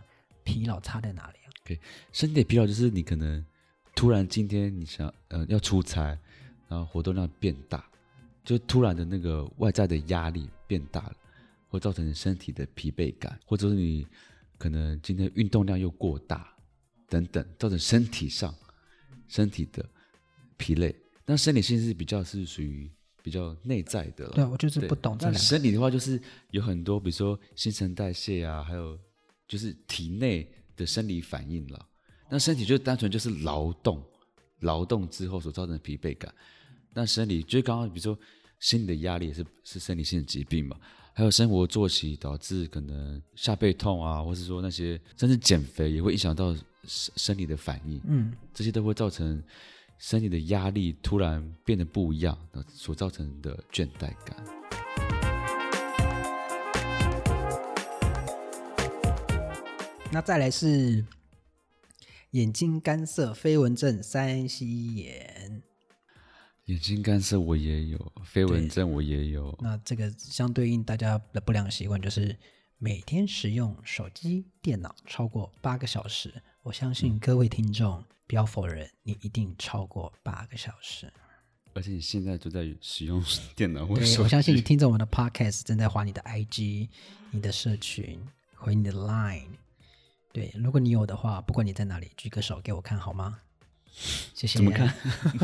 疲劳差在哪里啊？ OK， 身体的疲劳就是你可能突然今天你想呃要出差，然后活动量变大，就突然的那个外在的压力变大了，会造成身体的疲惫感，或者是你可能今天运动量又过大等等，造成身体上身体的疲累。那生理性是比较是属于比较内在的了。 对，我就是不懂这两个。 生理的话就是有很多，比如说新陈代谢啊，还有就是体内的生理反应了。那身体就单纯就是劳动，劳动之后所造成的疲惫感。那生理就是刚刚比如说心理的压力也是是生理性的疾病嘛，还有生活作息导致可能下背痛啊，或是说那些甚至减肥也会影响到生理的反应。 嗯， 这些都会造成身体的压力突然变得不一样所造成的倦怠感。 那再来是眼睛干涩、飞蚊症、三 C 眼。 眼睛干涩我也有，飞蚊症我也有。 那这个相对应大家的不良习惯就是每天使用手机、电脑超过八个小时。我相信各位听众、嗯、不要否认，你一定超过八个小时。 而且你现在就在使用电脑或手机。 对，我相信你听着我们的 podcast 正在滑你的 I G、你的社群、回你的 Line。对，如果你有的话，不管你在哪里，举个手给我看好吗？谢谢。 怎么看？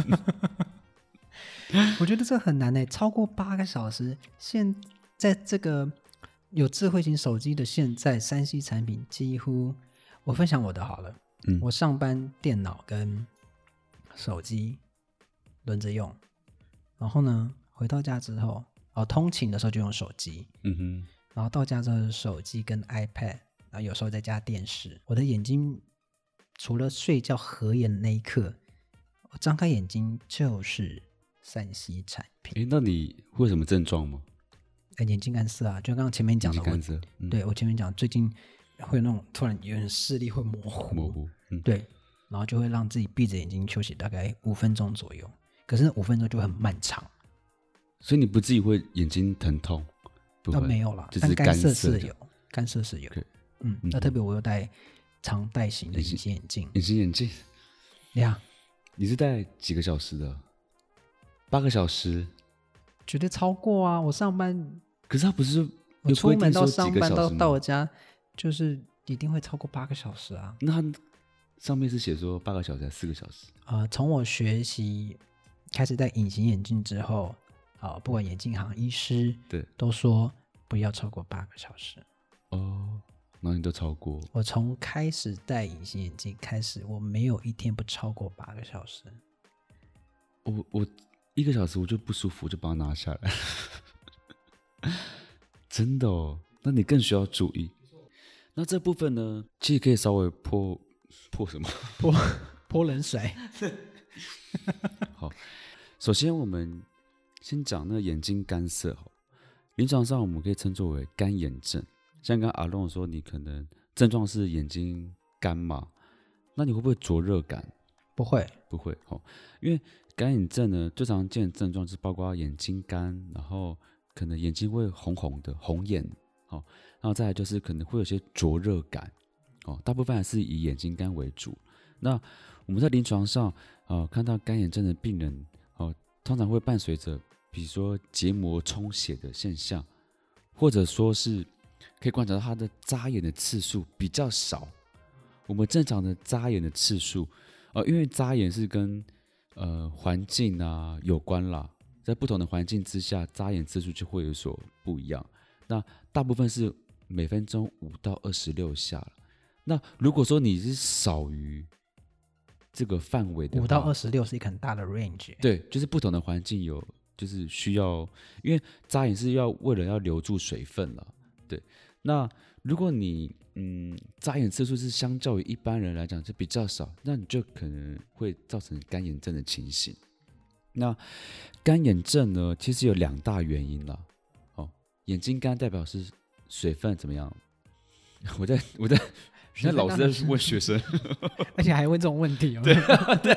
我觉得这很难诶，超过八个小时。现在这个有智慧型手机的现在，三 C 产品几乎，我分享我的好了。嗯，我上班电脑跟手机轮着用，然后呢，回到家之后，哦，通勤的时候就用手机， 嗯哼， 然后到家之后手机跟 iPad。然后有时候再加电视，我的眼睛除了睡觉合眼的那一刻，我张开眼睛就是三 C 产品。 诶，那你会有什么症状吗？ 诶，眼睛干涩啊，就刚刚前面讲的， 眼睛干涩， 嗯、对我前面讲最近会有那种突然有点视力会模糊， 模糊，嗯， 对，然后就会让自己闭着眼睛休息大概五分钟左右，可是五分钟就很漫长。 所以你不自己会眼睛疼痛？不会， 啊、没有啦， 就是但干涩涩是有，干涩是有。 Okay. 嗯，那特别我又戴常戴型的隐形眼镜。 隐形眼镜， 呀， 你是戴几个小时的？八个小时， 绝对超过啊！我上班， 可是他不是我出门到上班到到我家， 就是一定会超过八个小时啊。 那他上面是写说八个小时还是四个小时？ 呃，从我学习开始戴隐形眼镜之后，啊、呃，不管眼镜行医师对都说不要超过八个小时。 哦。然后你都超过？ 我从开始戴隐形眼镜开始，我没有一天不超过八个小时。 我我一个小时我就不舒服，我就把它拿下来。真的哦，那你更需要注意。那这部分呢，其实可以稍微泼泼什么？ 泼泼冷水。 好，首先我们先讲那个眼睛干涩，临床上我们可以称作为干眼症。像刚刚阿龙说，你可能症状是眼睛干嘛？那你会不会灼热感？ 不会， 不会。哦，因为干眼症呢，最常见的症状是包括眼睛干，然后可能眼睛会红红的，红眼。哦，然后再来就是可能会有些灼热感。哦，大部分还是以眼睛干为主。那我们在临床上，呃，看到干眼症的病人，哦，通常会伴随着，比如说结膜充血的现象，或者说是。可以观察到他的眨眼的次数比较少。我们正常的眨眼的次数，呃，因为眨眼是跟呃环境啊有关啦，在不同的环境之下，眨眼次数就会有所不一样。那大部分是每分钟五到二十六下。那如果说你是少于这个范围的话， 五到二十六是一个很大的 range。 对，就是不同的环境有，就是需要，因为眨眼是要为了要留住水分了，对。那如果你嗯眨眼次数是相较于一般人来讲就比较少，那你就可能会造成干眼症的情形。那干眼症呢，其实有两大原因啦。哦，眼睛干代表是水分怎么样？我在我在，现在老师在问学生， 而且还问这种问题哦。 对啊，对。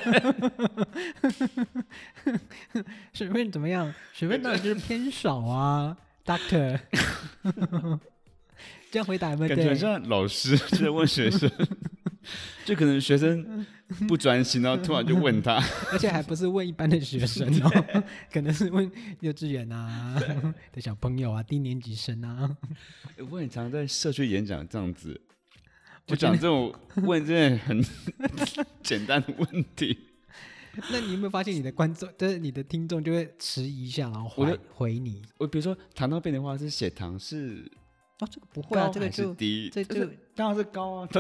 水分怎么样？水分当然就是偏少啊 ，Doctor。 这样回答有没有感觉很像老师就在问学生，就可能学生不专心，然后突然就问他， 而且还不是问一般的学生哦，可能是问幼稚园啊的小朋友啊，低年级生啊。 我很常在社区演讲这样子，就讲这种问这种很简单的问题。 那你有没有发现你的观众，就是你的听众就会迟疑一下，然后回回你？ 我比如说糖尿病的话，是血糖是哦，这个不会啊，这个就低， 这就当然是高啊，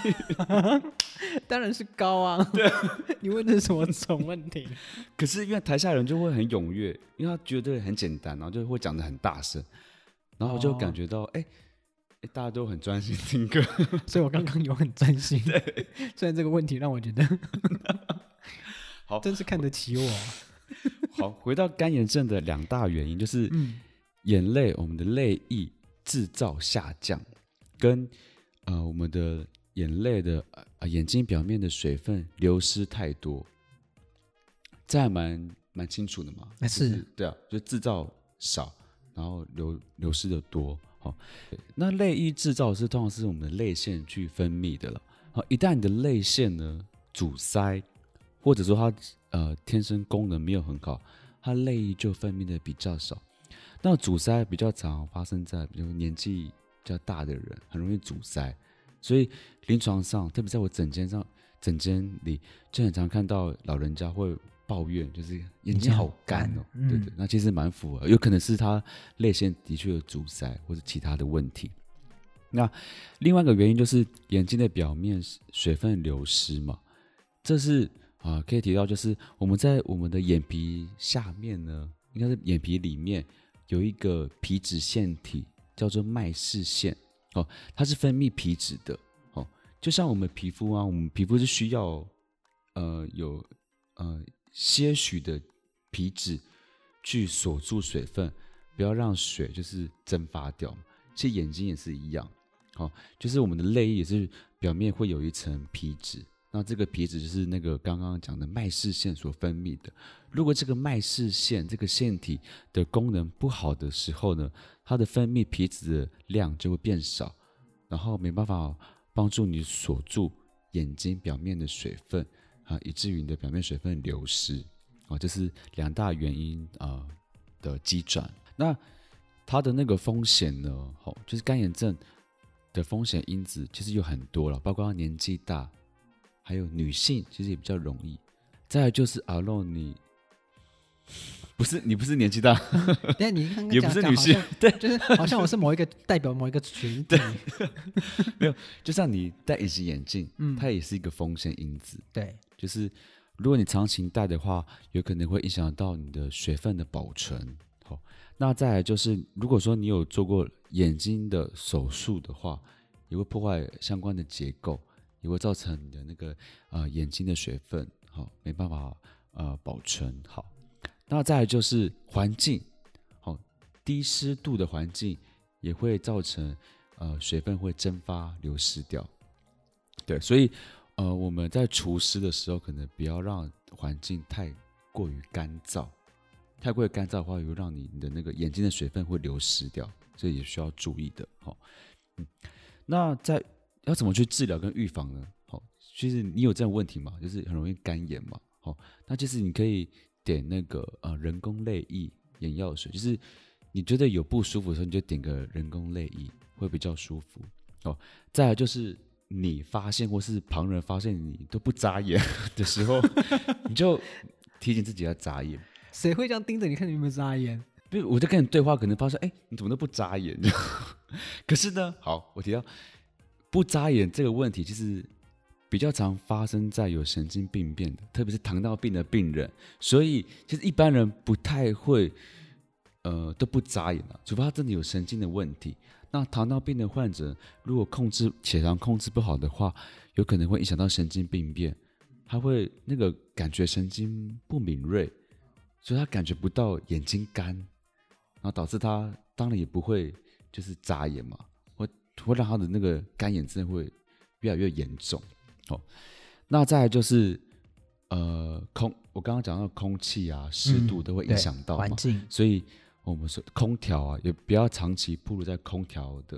当然是高啊。对，你问的是什么种问题？ 可是因为台下人就会很踊跃，因为他觉得很简单，然后就会讲得很大声，然后我就感觉到哎。哦欸、大家都很专心听歌， 所以我刚刚有很专心。对，虽然这个问题让我觉得， 好， 真是看得起我。 好，回到干眼症的两大原因，就是眼泪，我们的泪液制造下降，跟呃我们的眼泪的呃眼睛表面的水分流失太多，这还蛮蛮清楚的嘛。 是， 就是对啊，就制造少，然后流流失的多。好，那泪液制造是通常是我们的泪腺去分泌的了。好，一旦你的泪腺呢阻塞，或者说它呃天生功能没有很好，它泪液就分泌的比较少。那阻塞比较常发生在比如年纪比较大的人，很容易阻塞。所以临床上，特别在我诊间上诊间里，就很常看到老人家会抱怨，就是眼睛好干哦，嗯、对对，那其实蛮符合，有可能是他泪腺的确有阻塞或者其他的问题。那另外一个原因就是眼睛的表面水分流失嘛，这是啊可以提到，就是我们在我们的眼皮下面呢，应该是眼皮里面有一个皮脂腺体，叫做脉视腺哦，它是分泌皮脂的哦，就像我们皮肤啊，我们皮肤是需要呃有呃。些许的皮脂去锁住水分，不要让水就是蒸发掉。其实眼睛也是一样，哦，就是我们的泪液也是表面会有一层皮脂，那这个皮脂就是那个刚刚讲的脉视腺所分泌的。如果这个脉视腺这个腺体的功能不好的时候呢，它的分泌皮脂的量就会变少，然后没办法帮助你锁住眼睛表面的水分。啊，以至于你的表面水分流失，啊，这是两大原因啊、呃、的机转。那它的那个风险呢，哦，就是干眼症的风险因子其实有很多了，包括年纪大，还有女性其实也比较容易。再来就是阿洛你。不是你不是年纪大， 对，你刚刚也不是女性，对， 就是好像我是某一个代表某一个群体， 没有，就像你戴隐形眼镜，嗯，它也是一个风险因子， 对， 就是如果你长期戴的话，有可能会影响到你的水分的保存。好，那再来就是，如果说你有做过眼睛的手术的话，也会破坏相关的结构，也会造成你的那个呃眼睛的水分好没办法呃保存好。那再来就是环境，好，低湿度的环境也会造成呃水分会蒸发流失掉。对，所以呃我们在除湿的时候，可能不要让环境太过于干燥，太过于干燥的话，会让你的那个眼睛的水分会流失掉，这也需要注意的。好，嗯，那在要怎么去治疗跟预防呢？好，其实你有这种问题嘛，就是很容易干眼嘛。好，那其实你可以点那个呃人工泪液眼药水，就是你觉得有不舒服的时候，你就点个人工泪液，会比较舒服。哦，再来就是你发现或是旁人发现你都不眨眼的时候，你就提醒自己要眨眼。 谁会这样盯着你看你有没有眨眼？ 我在跟你对话，可能发现哎，你怎么都不眨眼？可是呢，好，我提到不眨眼这个问题，其实比较常发生在有神经病变的，特别是糖尿病的病人，所以其实一般人不太会，呃，都不眨眼啊，除非他真的有神经的问题。那糖尿病的患者，如果控制血糖控制不好的话，有可能会影响到神经病变，他会那个感觉神经不敏锐，所以他感觉不到眼睛干，然后导致他当然也不会就是眨眼嘛，会会让他的那个干眼症会越来越严重。哦，那再来就是呃空，我刚刚讲到空气啊、湿度都会影响到嘛、嗯、 环境， 所以我们说空调啊，也不要长期暴露在空调的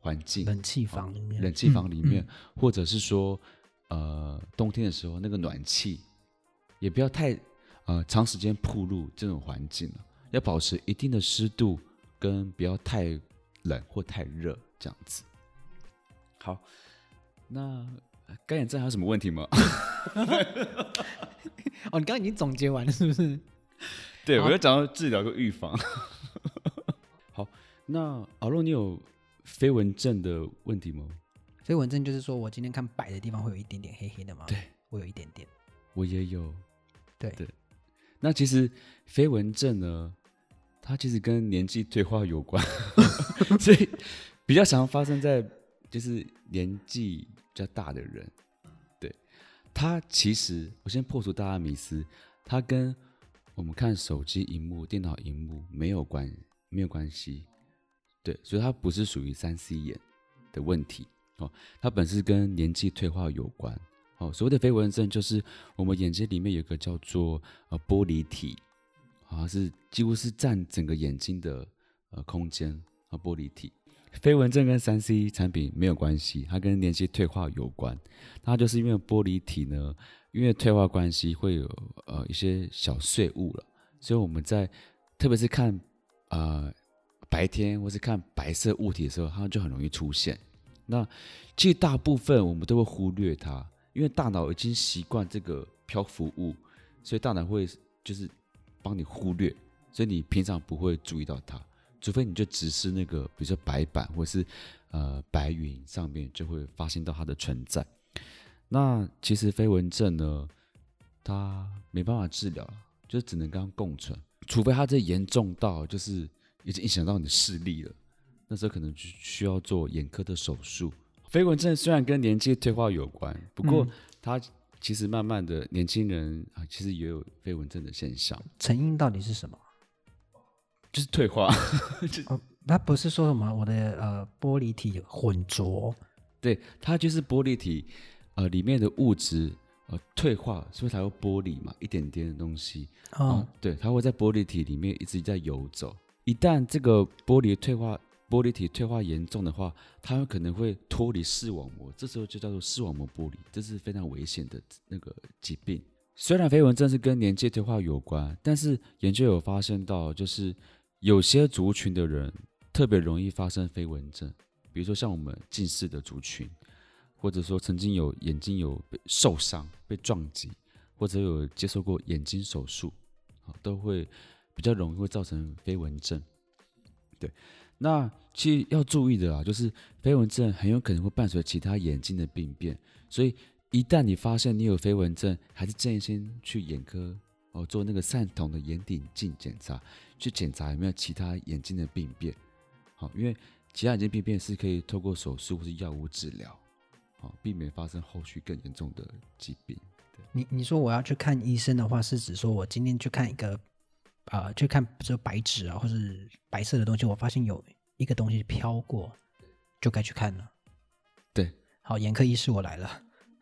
环境， 冷气房里面， 冷气房里面， 嗯嗯、 或者是说，呃，冬天的时候那个暖气，也不要太呃长时间暴露这种环境了，要保持一定的湿度，跟不要太冷或太热这样子。好，那干眼症还有什么问题吗？ 哦，你刚刚已经总结完了，是不是？ 对，我就讲到治疗跟预防。好，那阿洛，你有飞蚊症的问题吗？ 飞蚊症就是说我今天看白的地方会有一点点黑黑的吗？ 对， 我有一点点。 我也有。 对对，那其实飞蚊症呢，它其实跟年纪退化有关，所以比较常发生在就是年纪比较大的人。对，它其实我先破除大家迷思，它跟我们看手机荧幕、电脑荧幕没有关没有关系。对，所以它不是属于三 C 眼的问题哦，它本身跟年纪退化有关。哦，所谓的飞蚊症就是我们眼睛里面有一个叫做呃玻璃体，啊是几乎是占整个眼睛的呃空间啊玻璃体。飞蚊症跟三 C 产品没有关系，它跟年纪退化有关。它就是因为玻璃体呢，因为退化关系会有呃一些小碎物了，所以我们在特别是看呃白天或是看白色物体的时候，它就很容易出现。那其实大部分我们都会忽略它，因为大脑已经习惯这个漂浮物，所以大脑会就是帮你忽略，所以你平常不会注意到它，除非你就只是那个比如说白板或是呃白云上面就会发现到它的存在。那其实飞蚊症呢，它没办法治疗，就只能跟它共存，除非它这严重到就是已经影响到你的视力了，那时候可能就需要做眼科的手术。飞蚊症虽然跟年纪退化有关，不过它其实慢慢的年轻人啊，其实也有飞蚊症的现象。 成因到底是什么？ 就是退化。 哦，它不是说什么我的呃玻璃体混浊， 对，它就是玻璃体呃里面的物质呃退化，所以才会玻璃嘛，一点点的东西。 哦， 啊、对，它会在玻璃体里面一直在游走。一旦这个玻璃退化，玻璃体退化严重的话，它有可能会脱离视网膜，这时候就叫做视网膜剥离，这是非常危险的那个疾病。虽然飞蚊症是跟年纪退化有关，但是研究有发现到，就是有些族群的人特别容易发生飞蚊症，比如说像我们近视的族群，或者说曾经有眼睛有被受伤、被撞击，或者有接受过眼睛手术，都会比较容易会造成飞蚊症。对，那其实要注意的啊，就是飞蚊症很有可能会伴随其他眼睛的病变，所以一旦你发现你有飞蚊症，还是建议先去眼科哦做那个散瞳的眼底镜检查，去检查有没有其他眼睛的病变。好，因为其他眼睛病变是可以透过手术或是药物治疗，好避免发生后续更严重的疾病。 你你说我要去看医生的话，是指说我今天去看一个呃去看比如白纸啊，或是白色的东西，我发现有一个东西飘过，就该去看了。 对， 好，眼科医师我来了。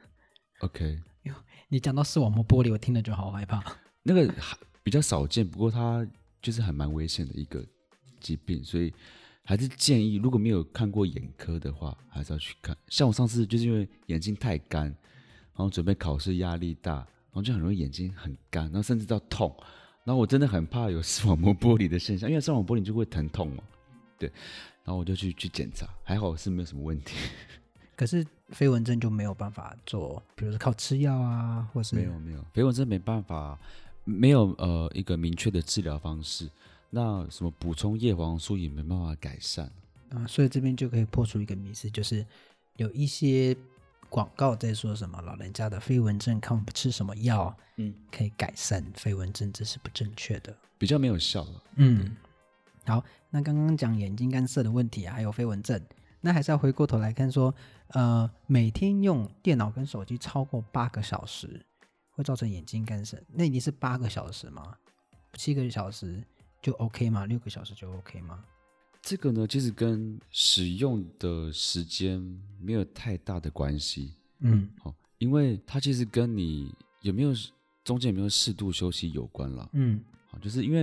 OK， 你讲到视网膜剥离，我听了就好害怕。 那个比较少见，不过它就是还蛮危险的一个疾病，所以还是建议如果没有看过眼科的话，还是要去看。像我上次就是因为眼睛太干，然后准备考试压力大，然后就很容易眼睛很干，然后甚至到痛，然后我真的很怕有视网膜剥离的现象，因为视网膜剥离就会疼痛嘛，对，然后我就去去检查，还好是没有什么问题。 可是飞蚊症就没有办法做，比如说靠吃药啊，或是没有没有，飞蚊症没办法，没有呃一个明确的治疗方式。那什么补充叶黄素也没办法改善啊，所以这边就可以破除一个迷思，就是有一些广告在说什么老人家的飞蚊症看吃什么药，嗯，可以改善飞蚊症，这是不正确的， 比较没有效了。 嗯，好，那刚刚讲眼睛干涩的问题啊，还有飞蚊症。那还是要回过头来看说，呃，每天用电脑跟手机超过八个小时，会造成眼睛干涩。那一定是八个小时吗？七个小时就 OK 吗？六个小时就 OK 吗？ 这个呢，其实跟使用的时间没有太大的关系。嗯，好、哦，因为它其实跟你有没有中间有没有适度休息有关了。嗯，好，就是因为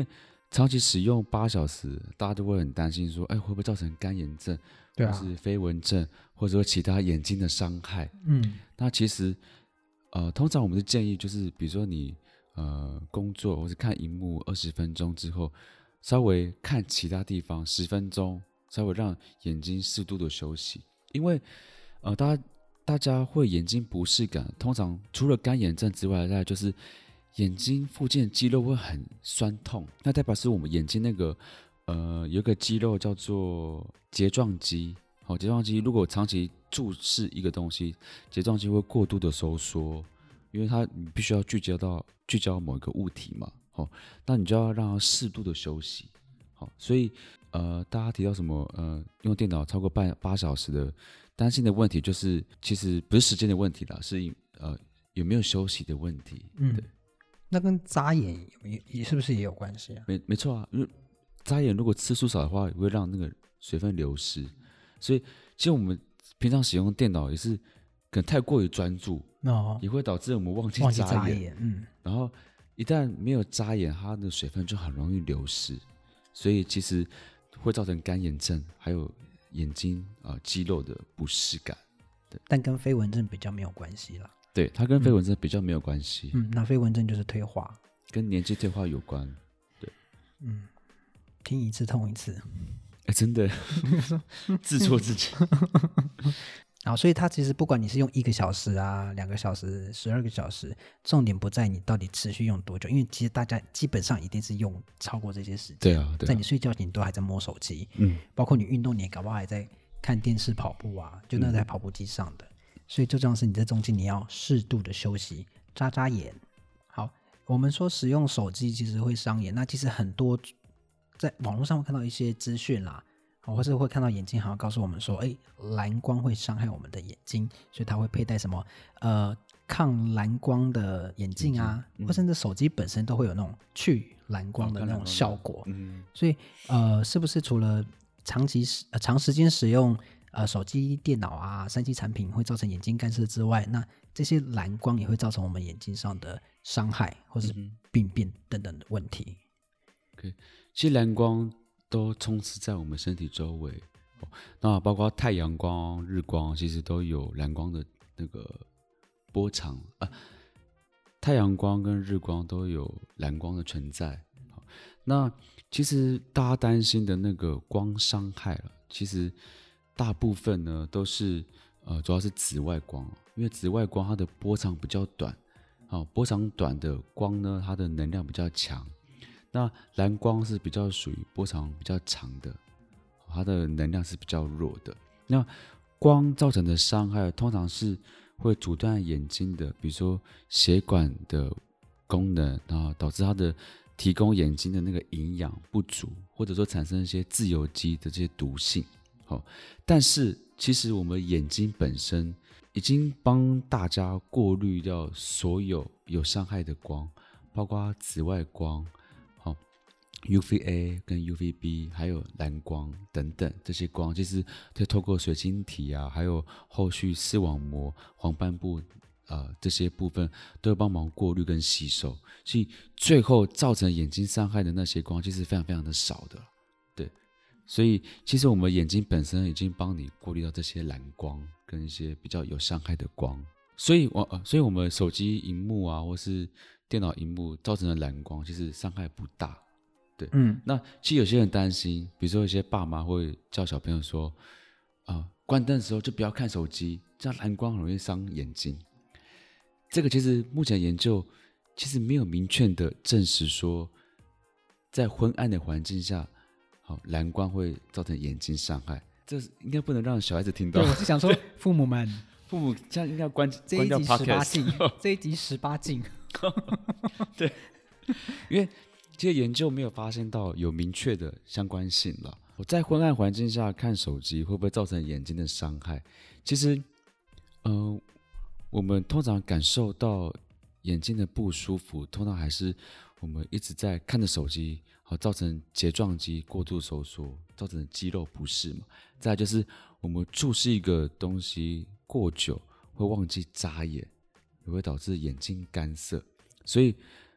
长期使用八小时，大家都会很担心说，哎，会不会造成干眼症， 对啊， 或是飞蚊症，或者说其他眼睛的伤害？ 嗯， 那其实，呃，通常我们是建议，就是比如说你呃工作或是看荧幕二十分钟之后，稍微看其他地方十分钟，稍微让眼睛适度的休息，因为呃，大家大家会眼睛不适感，通常除了干眼症之外，再来就是眼睛附近的肌肉会很酸痛，那代表是我们眼睛那个呃有一个肌肉叫做睫状肌，好、哦，睫状肌如果长期注视一个东西，睫状肌会过度的收缩，因为它你必须要聚焦到聚焦某一个物体嘛，好、哦，那你就要让它适度的休息，好、哦，所以呃大家提到什么呃用电脑超过半八小时的担心的问题，就是其实不是时间的问题啦，是呃有没有休息的问题， 嗯， 对。 那跟眨眼也也是不是也有关系啊？ 没没错啊，因为眨眼如果次数少的话，也会让那个水分流失。所以其实我们平常使用电脑也是可能太过于专注， 哦， 也会导致我们忘记忘记眨眼。 眨眼，嗯， 然后一旦没有眨眼，它的水分就很容易流失，所以其实会造成干眼症，还有眼睛啊、呃、肌肉的不适感。 但跟飞蚊症比较没有关系啦。 对，它跟飞蚊症比较没有关系， 嗯，那飞蚊症就是退化， 跟年纪退化有关。对， 嗯，听一次痛一次。 哎，真的自戳自己。 好，所以它其实不管你是用一个小时啊、两个小时、十二个小时，重点不在你到底持续用多久，因为其实大家基本上一定是用超过这些时间。 对啊，对啊， 在你睡觉前你都还在摸手机， 嗯， 包括你运动，你也搞不好还在看电视、跑步啊，就那在跑步机上的。嗯、所以最重要的是你在中间你要适度的休息，眨眨眼。好，我们说使用手机其实会伤眼，那其实很多在网络上会看到一些资讯啦。或是会看到眼睛好像告诉我们说，哎，蓝光会伤害我们的眼睛，所以他会佩戴什么呃抗蓝光的眼镜啊，嗯、或甚至手机本身都会有那种去蓝光的那种效果。嗯、所以呃，是不是除了长期呃长时间使用呃手机、电脑啊、三 C 产品会造成眼睛干涉之外，那这些蓝光也会造成我们眼睛上的伤害或是病变等等的问题。 OK， 其实蓝光都充斥在我们身体周围，哦、那包括太阳光、日光，其实都有蓝光的那个波长啊。太阳光跟日光都有蓝光的存在。那其实大家担心的那个光伤害了，其实大部分呢都是呃主要是紫外光，因为紫外光它的波长比较短，哦、波长短的光呢，它的能量比较强。那蓝光是比较属于波长比较长的，它的能量是比较弱的。那光造成的伤害通常是会阻断眼睛的，比如说血管的功能，然后导致它的提供眼睛的那个营养不足，或者说产生一些自由基的这些毒性。好，但是其实我们眼睛本身已经帮大家过滤掉所有有伤害的光，包括紫外光。U V A 跟 U V B 还有蓝光等等这些光，其实可以透过水晶体啊，还有后续视网膜、黄斑部呃这些部分，都会帮忙过滤跟吸收，所以最后造成眼睛伤害的那些光，其实非常非常的少的。对，所以其实我们眼睛本身已经帮你过滤到这些蓝光跟一些比较有伤害的光，所以我、呃、所以我们手机荧幕啊，或是电脑荧幕造成的蓝光，其实伤害不大。对，嗯，那其实有些人担心，比如说有些爸妈会叫小朋友说，啊、呃，关灯的时候就不要看手机，这样蓝光很容易伤眼睛。这个其实目前研究其实没有明确的证实说，在昏暗的环境下，好蓝光会造成眼睛伤害。这应该不能让小孩子听到。 对，我是想说，父母们， 父母这样应该关这一集十八禁，这一集十八禁。 对，因为这些研究没有发现到有明确的相关性了。我在昏暗环境下看手机会不会造成眼睛的伤害？其实，呃，我们通常感受到眼睛的不舒服，通常还是我们一直在看着手机，好造成睫状肌过度收缩，造成肌肉不适嘛。再来就是我们注视一个东西过久，会忘记眨眼，也会导致眼睛干涩。所以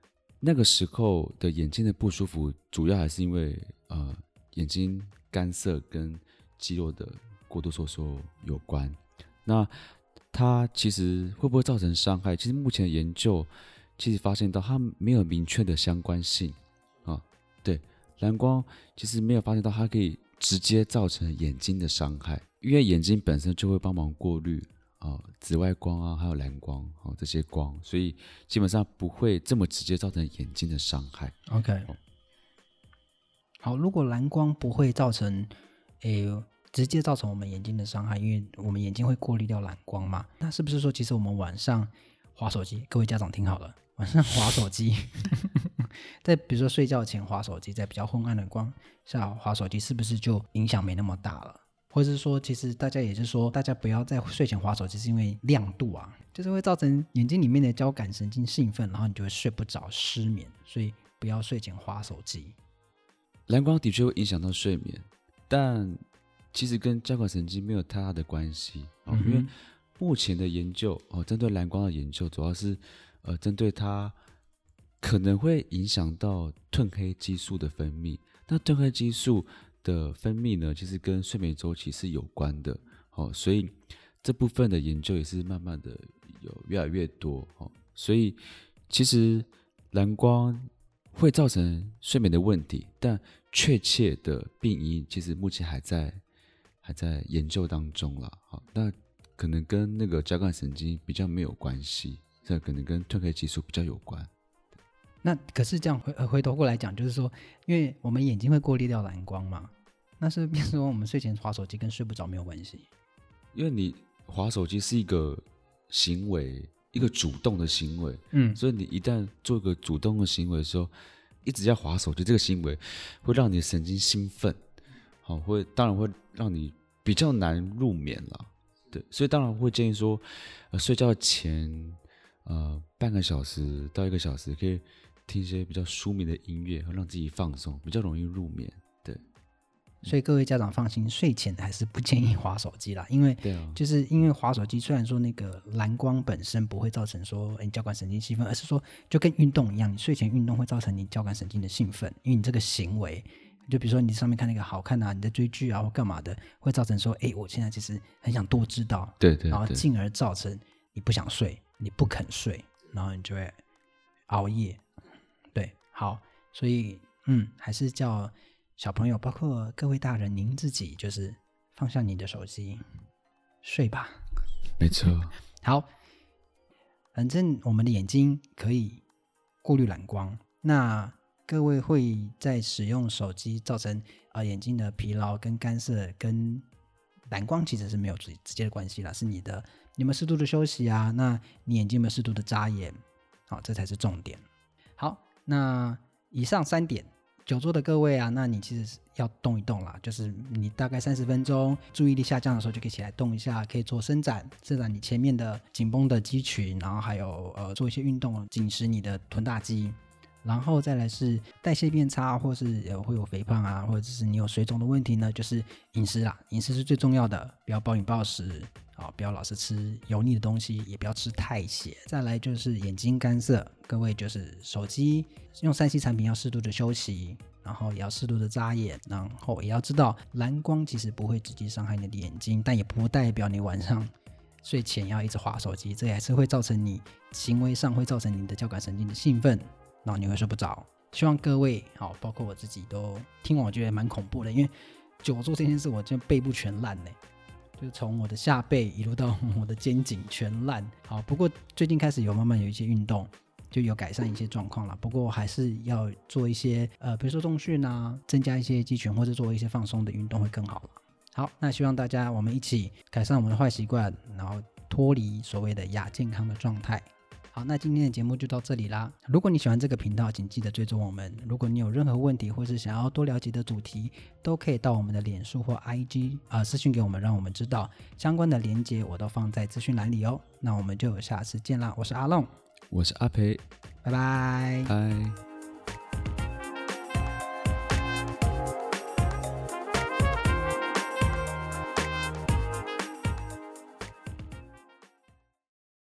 那个时候的眼睛的不舒服，主要还是因为呃眼睛干涩跟肌肉的过度收缩有关。那它其实会不会造成伤害？其实目前的研究其实发现到它没有明确的相关性啊。对，蓝光其实没有发现到它可以直接造成眼睛的伤害，因为眼睛本身就会帮忙过滤啊紫外光啊，还有蓝光啊这些光，所以基本上不会这么直接造成眼睛的伤害。 OK，、 哦、 好，如果蓝光不会造成诶直接造成我们眼睛的伤害，因为我们眼睛会过滤掉蓝光嘛，那是不是说其实我们晚上滑手机，各位家长听好了，晚上滑手机在比如说睡觉前滑手机，在比较昏暗的光下滑手机，是不是就影响没那么大了？或者是说其实大家也是说大家不要在睡前滑手机，是因为亮度啊就是会造成眼睛里面的交感神经兴奋，然后你就会睡不着失眠，所以不要睡前滑手机。 蓝光的确会影响到睡眠，但其实跟交感神经没有太大的关系、哦嗯、因为目前的研究哦，针对蓝光的研究主要是呃针对它可能会影响到褪黑激素的分泌。那褪黑激素的分泌呢，其实跟睡眠周期是有关的、哦、所以这部分的研究也是慢慢的有越来越多、哦、所以其实蓝光会造成睡眠的问题，但确切的病因其实目前还在还在研究当中啦。好，那可能跟那个交感神经比较没有关系，这可能跟褪黑激素比较有关。 那可是这样 回, 回头过来讲，就是说因为我们眼睛会过滤掉蓝光嘛，那是变成说我们睡前滑手机跟睡不着没有关系？ 因为你滑手机是一个行为，一个主动的行为， 嗯， 所以你一旦做一个主动的行为的时候，一直要滑手机，这个行为会让你的神经兴奋，好，会当然会让你比较难入眠啦。对，所以当然会建议说，呃，睡觉前呃半个小时到一个小时可以听一些比较舒眠的音乐，让自己放松，比较容易入眠。对， 所以各位家长放心，睡前还是不建议滑手机啦，因为就是因为滑手机虽然说那个蓝光本身不会造成说你交感神经兴奋，而是说就跟运动一样，你睡前运动会造成你交感神经的兴奋，因为你这个行为就比如说你上面看那个好看啊，你在追剧啊或干嘛的，会造成说哎，我现在其实很想多知道， 对 对, 对， 然后进而造成你不想睡，你不肯睡，然后你就会熬夜。对，好，所以嗯，还是叫小朋友包括各位大人您自己就是放下你的手机睡吧。 没错。 好，反正我们的眼睛可以过滤蓝光，那各位会在使用手机造成、呃、眼睛的疲劳跟干涩跟蓝光其实是没有直接的关系啦，是你的你有没有适度的休息啊，那你眼睛有没有适度的眨眼，好，这才是重点。好，那以上三点久坐的各位啊，那你其实要动一动啦，就是你大概三十分钟注意力下降的时候就可以起来动一下，可以做伸展，伸展你前面的紧绷的肌群，然后还有呃做一些运动紧实你的臀大肌，然后再来是代谢变差或是、呃、会有肥胖啊，或者是你有水肿的问题呢，就是饮食啦，饮食是最重要的，不要暴饮暴食、哦、不要老是吃油腻的东西，也不要吃太咸。再来就是眼睛干涩，各位就是手机用 三 C 产品要适度的休息，然后也要适度的眨眼，然后也要知道蓝光其实不会直接伤害你的眼睛，但也不代表你晚上睡前要一直滑手机，这也是会造成你行为上会造成你的交感神经的兴奋，然后你会睡不着。希望各位好，包括我自己都听完我觉得蛮恐怖的，因为久坐这件事我真的背部全烂呢，就从我的下背一路到我的肩颈全烂。好，不过最近开始有慢慢有一些运动，就有改善一些状况了，不过还是要做一些呃，比如说重训啊，增加一些肌群或者做一些放松的运动会更好了。好，那希望大家我们一起改善我们的坏习惯，然后脱离所谓的亚健康的状态。好，那今天的节目就到这里啦。如果你喜欢这个频道，请记得追踪我们。如果你有任何问题或是想要多了解的主题，都可以到我们的脸书或 I G 呃私讯给我们，让我们知道。相关的连结我都放在资讯栏里哦。那我们就下次见啦，我是阿龙， 我是阿培， 拜拜。 拜。